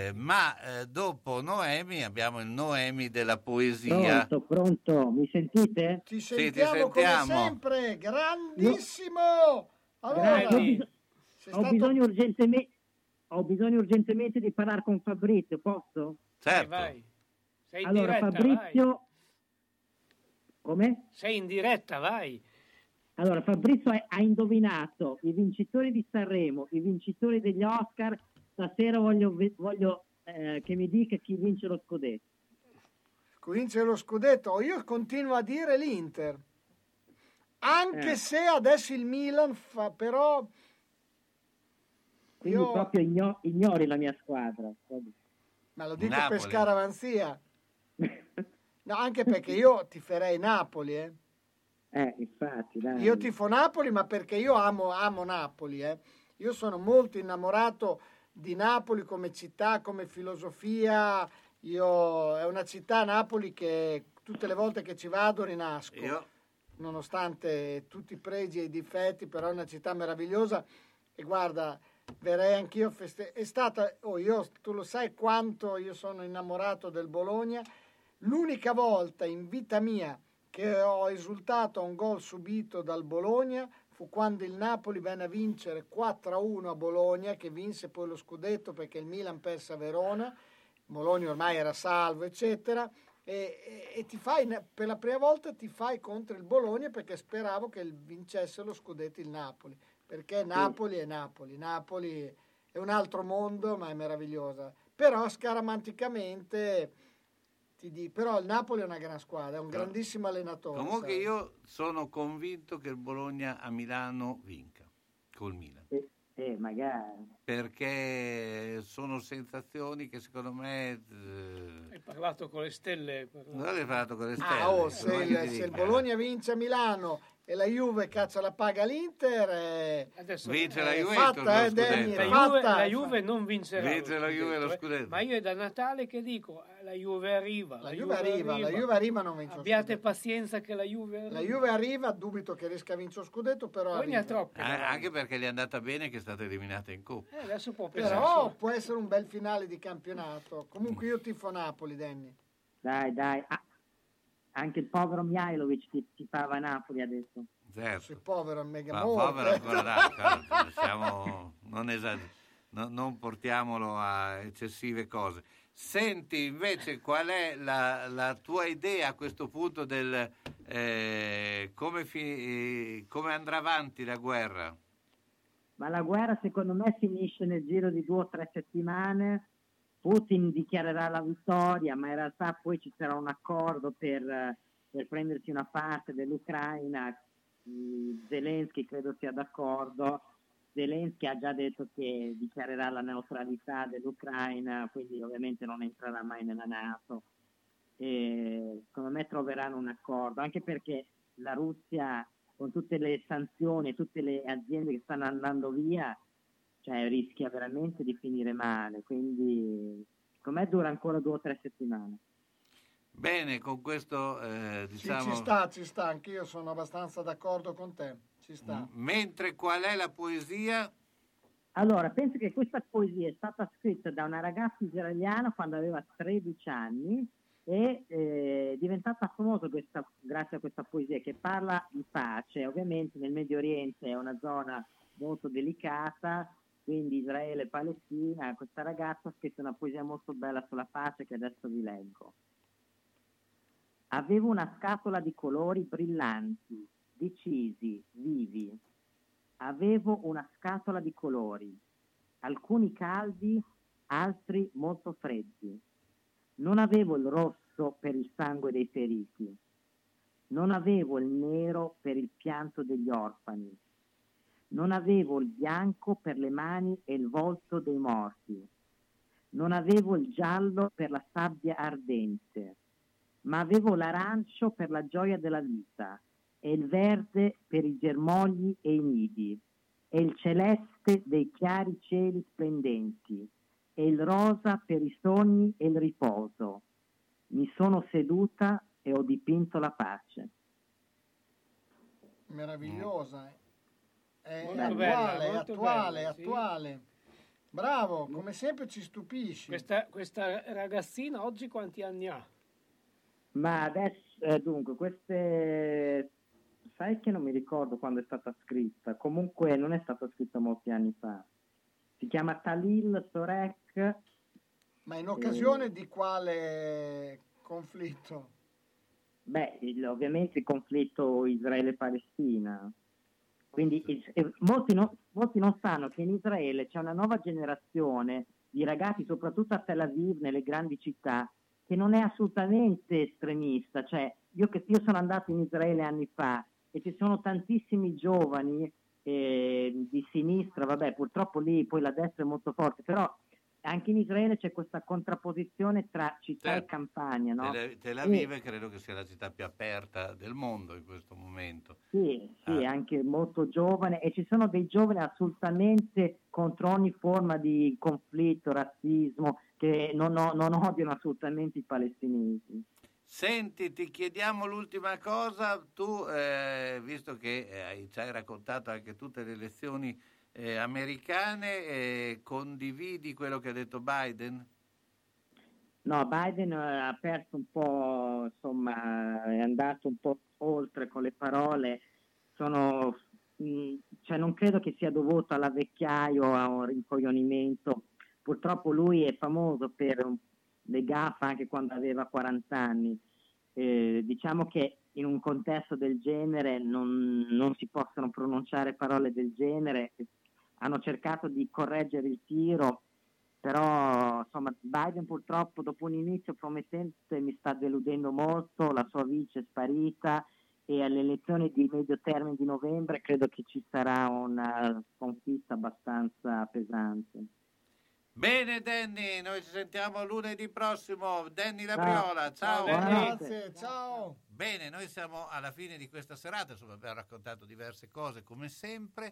dopo Noemi abbiamo il Noemi della poesia. Pronto, mi sentite? Ti Sì, ti sentiamo come sentiamo. sempre, grandissimo. Allora, Grazie, sei ho stato- bisogno urgentemente di parlare con Fabrizio, posso? Certo. Vai. Sei in Allora, diretta, Fabrizio... vai. Come? Sei in diretta, vai. Allora, Fabrizio ha indovinato i vincitori di Sanremo, i vincitori degli Oscar. Stasera voglio che mi dica chi vince lo scudetto. vince lo scudetto. Io continuo a dire l'Inter, anche se adesso il Milan fa, però Quindi proprio ignori la mia squadra. Ma lo dico Napoli. per scaramanzia. No, anche perché io tiferei Napoli, Infatti, dai. Io tifo Napoli, ma perché io amo Napoli, Io sono molto innamorato di Napoli come città, come filosofia. È una città, Napoli, che tutte le volte che ci vado rinasco. Nonostante tutti i pregi e i difetti, però è una città meravigliosa. E guarda, verrei anch'io è stata, tu lo sai quanto io sono innamorato del Bologna. L'unica volta in vita mia che ho esultato a un gol subito dal Bologna fu quando il Napoli venne a vincere 4-1 a Bologna, che vinse poi lo scudetto perché il Milan perse a Verona. Bologna ormai era salvo, eccetera, e ti fai, per la prima volta ti fai contro il Bologna, perché speravo che vincesse lo scudetto il Napoli, perché Napoli è Napoli è un altro mondo, ma è meravigliosa. Però scaramanticamente però il Napoli è una gran squadra, è un grandissimo allenatore. Comunque io sono convinto che il Bologna a Milano vinca col Milan. Magari. Perché sono sensazioni che secondo me... Hai parlato con le stelle. Non hai parlato con le stelle. Se il Bologna vince a Milano e la Juve cazzo la paga l'Inter, adesso vince la Juve la Juve non vincerà. Vince la Juve lo scudetto. Ma io è da Natale che dico la Juve arriva. La Juve arriva, non vince. Abbiate pazienza che la Juve arriva. La Juve arriva, dubito che riesca a vincere lo scudetto, però poi ne ha troppi. Anche perché gli è andata bene che è stata eliminata in Coppa. Adesso però può essere un bel finale di campionato. Comunque io tifo Napoli, Danny. Dai. Anche il povero Mihajlovic tifava Napoli adesso. Certo. Sei povero, mega povero ancora non portiamolo a eccessive cose. Senti invece qual è la tua idea a questo punto del come andrà avanti la guerra? Ma la guerra secondo me finisce nel giro di 2 o 3 settimane. Putin dichiarerà la vittoria, ma in realtà poi ci sarà un accordo per prendersi una parte dell'Ucraina. Zelensky credo sia d'accordo. Zelensky ha già detto che dichiarerà la neutralità dell'Ucraina, quindi ovviamente non entrerà mai nella NATO. E secondo me troveranno un accordo, anche perché la Russia, con tutte le sanzioni e tutte le aziende che stanno andando via, rischia veramente di finire male, quindi secondo me dura ancora 2 o 3 settimane. Bene, con questo diciamo... Ci sta, anch'io sono abbastanza d'accordo con te, ci sta. Mentre qual è la poesia? Allora, penso che questa poesia è stata scritta da una ragazza israeliana quando aveva 13 anni e è diventata famosa grazie a questa poesia che parla di pace. Ovviamente nel Medio Oriente è una zona molto delicata, quindi Israele e Palestina. Questa ragazza ha scritto una poesia molto bella sulla pace che adesso vi leggo. Avevo una scatola di colori brillanti, decisi, vivi. Avevo una scatola di colori, alcuni caldi, altri molto freddi. Non avevo il rosso per il sangue dei feriti. Non avevo il nero per il pianto degli orfani. Non avevo il bianco per le mani e il volto dei morti. Non avevo il giallo per la sabbia ardente, ma avevo l'arancio per la gioia della vita, e il verde per i germogli e i nidi, e il celeste dei chiari cieli splendenti, e il rosa per i sogni e il riposo. Mi sono seduta e ho dipinto la pace. Meravigliosa, è Molto bella, attuale. Bravo, come sempre ci stupisci. Questa ragazzina oggi quanti anni ha? Ma adesso, dunque, queste... Sai che non mi ricordo quando è stata scritta. Comunque non è stata scritta molti anni fa. Si chiama Talil Sorek. Ma in occasione di quale conflitto? Beh, ovviamente il conflitto Israele-Palestina. Quindi molti non sanno che in Israele c'è una nuova generazione di ragazzi, soprattutto a Tel Aviv, nelle grandi città, che non è assolutamente estremista. Cioè, io sono andato in Israele anni fa e ci sono tantissimi giovani di sinistra, vabbè, purtroppo lì poi la destra è molto forte, però anche in Israele c'è questa contrapposizione tra città e campagna, no? Tel Aviv credo che sia la città più aperta del mondo in questo momento. Sì, anche molto giovane, e ci sono dei giovani assolutamente contro ogni forma di conflitto, razzismo, che non odiano assolutamente i palestinesi. Senti, ti chiediamo l'ultima cosa. Tu, visto che ci hai raccontato anche tutte le lezioni americane, condividi quello che ha detto Biden? No, Biden ha perso un po', insomma, è andato un po' oltre con le parole. Cioè non credo che sia dovuto alla vecchiaia o a un rincoglionimento. Purtroppo lui è famoso per le gaffe anche quando aveva 40 anni. Diciamo che in un contesto del genere non si possono pronunciare parole del genere. Hanno cercato di correggere il tiro, però insomma Biden purtroppo dopo un inizio promettente mi sta deludendo molto, la sua vice è sparita e alle elezioni di medio termine di novembre credo che ci sarà una sconfitta abbastanza pesante. Bene Danny, noi ci sentiamo lunedì prossimo. Danny Labriola, ciao. Grazie, ciao. Bene, noi siamo alla fine di questa serata, insomma abbiamo raccontato diverse cose come sempre.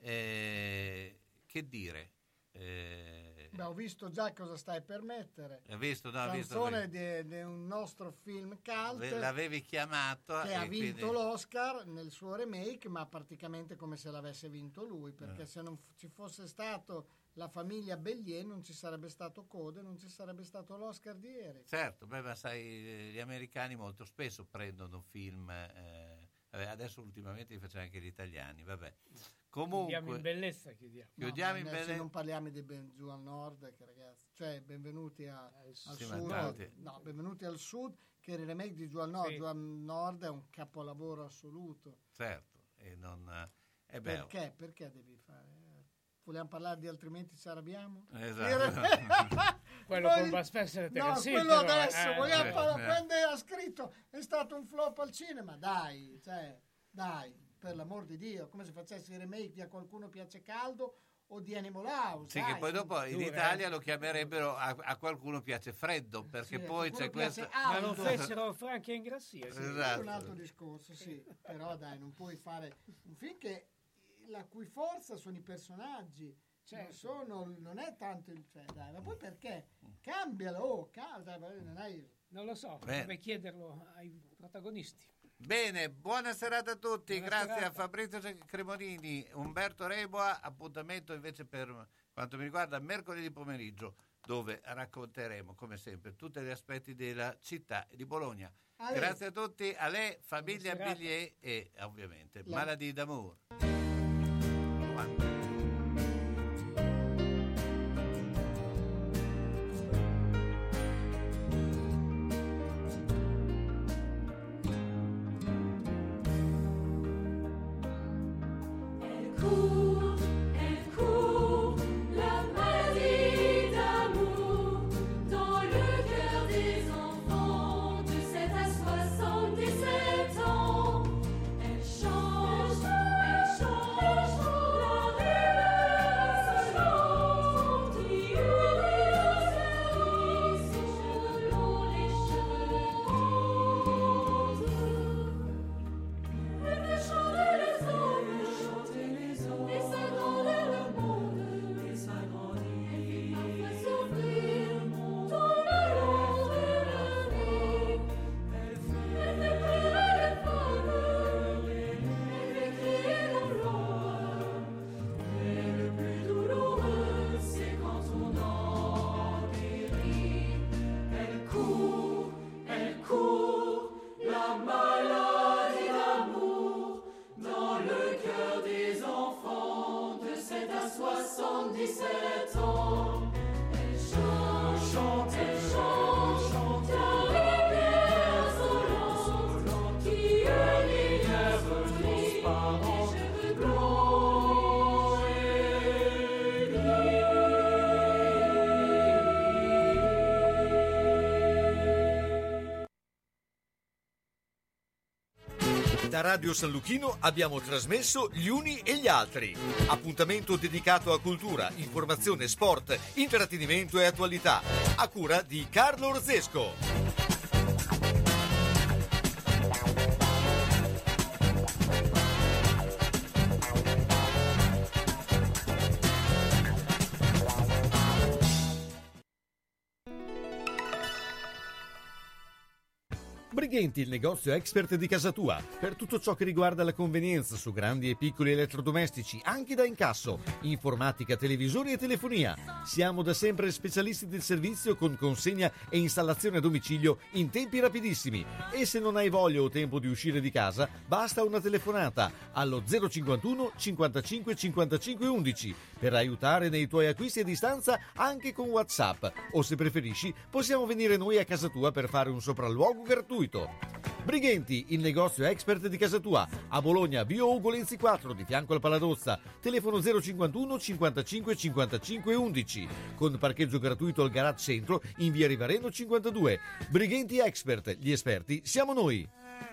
Che dire? Beh, ho visto già cosa stai per mettere. Hai visto? No, canzone di un nostro film cult. L'avevi chiamato. Che ha vinto quindi... l'Oscar nel suo remake, ma praticamente come se l'avesse vinto lui, perché se non ci fosse stato La famiglia Bellier non ci sarebbe stato Code, non ci sarebbe stato l'Oscar di ieri. Certo, ma sai, gli americani molto spesso prendono film, adesso ultimamente li facciamo anche gli italiani, vabbè. Comunque, chiudiamo in bellezza, chiudiamo in bellezza. Se non parliamo di giù al nord, che ragazzi, cioè benvenuti al sì, sud, no, benvenuti al sud, che il remake di Giù al nord, sì. Giù al nord è un capolavoro assoluto. Certo, e non è bello. Perché devi fare? Vogliamo parlare di altrimenti ci arrabbiamo? Esatto. Quello con Bud Spencer no, quello adesso vogliamo parlare. Quando ha scritto è stato un flop al cinema, dai, per l'amor di Dio, come se facessi il remake di A qualcuno piace caldo o di Animal House. Sì, che poi dopo in Italia lo chiamerebbero a qualcuno piace freddo, perché poi c'è questo. Ma lo fecero Franchi e Ingrassia. Sì, esatto. È un altro discorso, sì. Però dai, non puoi fare un film che la cui forza sono i personaggi, non è tanto il dai, ma poi perché? Cambialo, non lo so, deve chiederlo ai protagonisti. Bene, buona serata a tutti, Buona grazie serata. a Fabrizio Cremonini, Umberto Reboa, appuntamento invece per quanto mi riguarda mercoledì pomeriggio, dove racconteremo come sempre tutti gli aspetti della città di Bologna. Grazie a tutti, a lei, famiglia Billier e ovviamente Maladie d'amour. Elle court, la maladie d'amour, dans le cœur des enfants de 7 à 77 ans. Elle change, la rêve insolente qui unit nos services selon les cheveux roses. Elle fait chanter les hommes. Et s'agrandir le monde, et s'agrandir, elle fait souffrir dans le long de la nuit. Elle fait pleurer les femmes, elle fait crier l'horreur. Mais le plus douloureux, c'est quand on en guérit. Elle court, la maladie d'amour, dans le cœur des enfants de 7 à 77 ans. Elle chante, la rivière insolente qui unit les esprits, les cheveux blonds et gris. Da Radio San Luchino abbiamo trasmesso Gli Uni e gli Altri. Appuntamento dedicato a cultura, informazione, sport, intrattenimento e attualità. A cura di Carlo Orzesco. Brighenti, il negozio expert di casa tua, per tutto ciò che riguarda la convenienza su grandi e piccoli elettrodomestici, anche da incasso, informatica, televisori e telefonia. Siamo da sempre specialisti del servizio con consegna e installazione a domicilio in tempi rapidissimi. E se non hai voglia o tempo di uscire di casa, basta una telefonata allo 051 55 55 11 per aiutare nei tuoi acquisti a distanza anche con WhatsApp. O se preferisci, possiamo venire noi a casa tua per fare un sopralluogo gratuito. Brighenti, il negozio expert di casa tua, a Bologna, via Ugolenzi 4, di fianco al Paladozza, telefono 051 55 55 11, con parcheggio gratuito al garage centro in via Rivareno 52. Brighenti Expert, gli esperti siamo noi.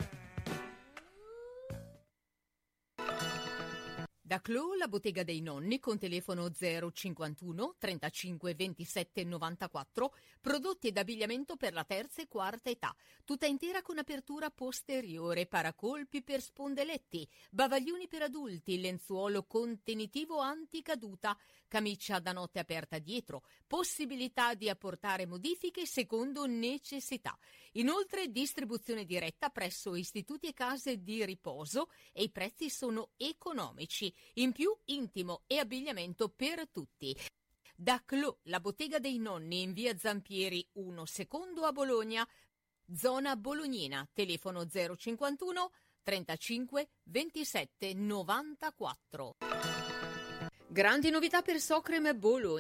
Da Clou, la bottega dei nonni, con telefono 051 35 27 94, prodotti ed abbigliamento per la terza e quarta età, tutta intera con apertura posteriore, paracolpi per spondeletti, bavaglioni per adulti, lenzuolo contenitivo anticaduta, camicia da notte aperta dietro, possibilità di apportare modifiche secondo necessità. Inoltre distribuzione diretta presso istituti e case di riposo e i prezzi sono economici. In più intimo e abbigliamento per tutti. Da Clou, la bottega dei nonni, in via Zampieri 1 secondo a Bologna, zona bolognina, telefono 051 35 27 94. Grandi novità per Socrem Bologna.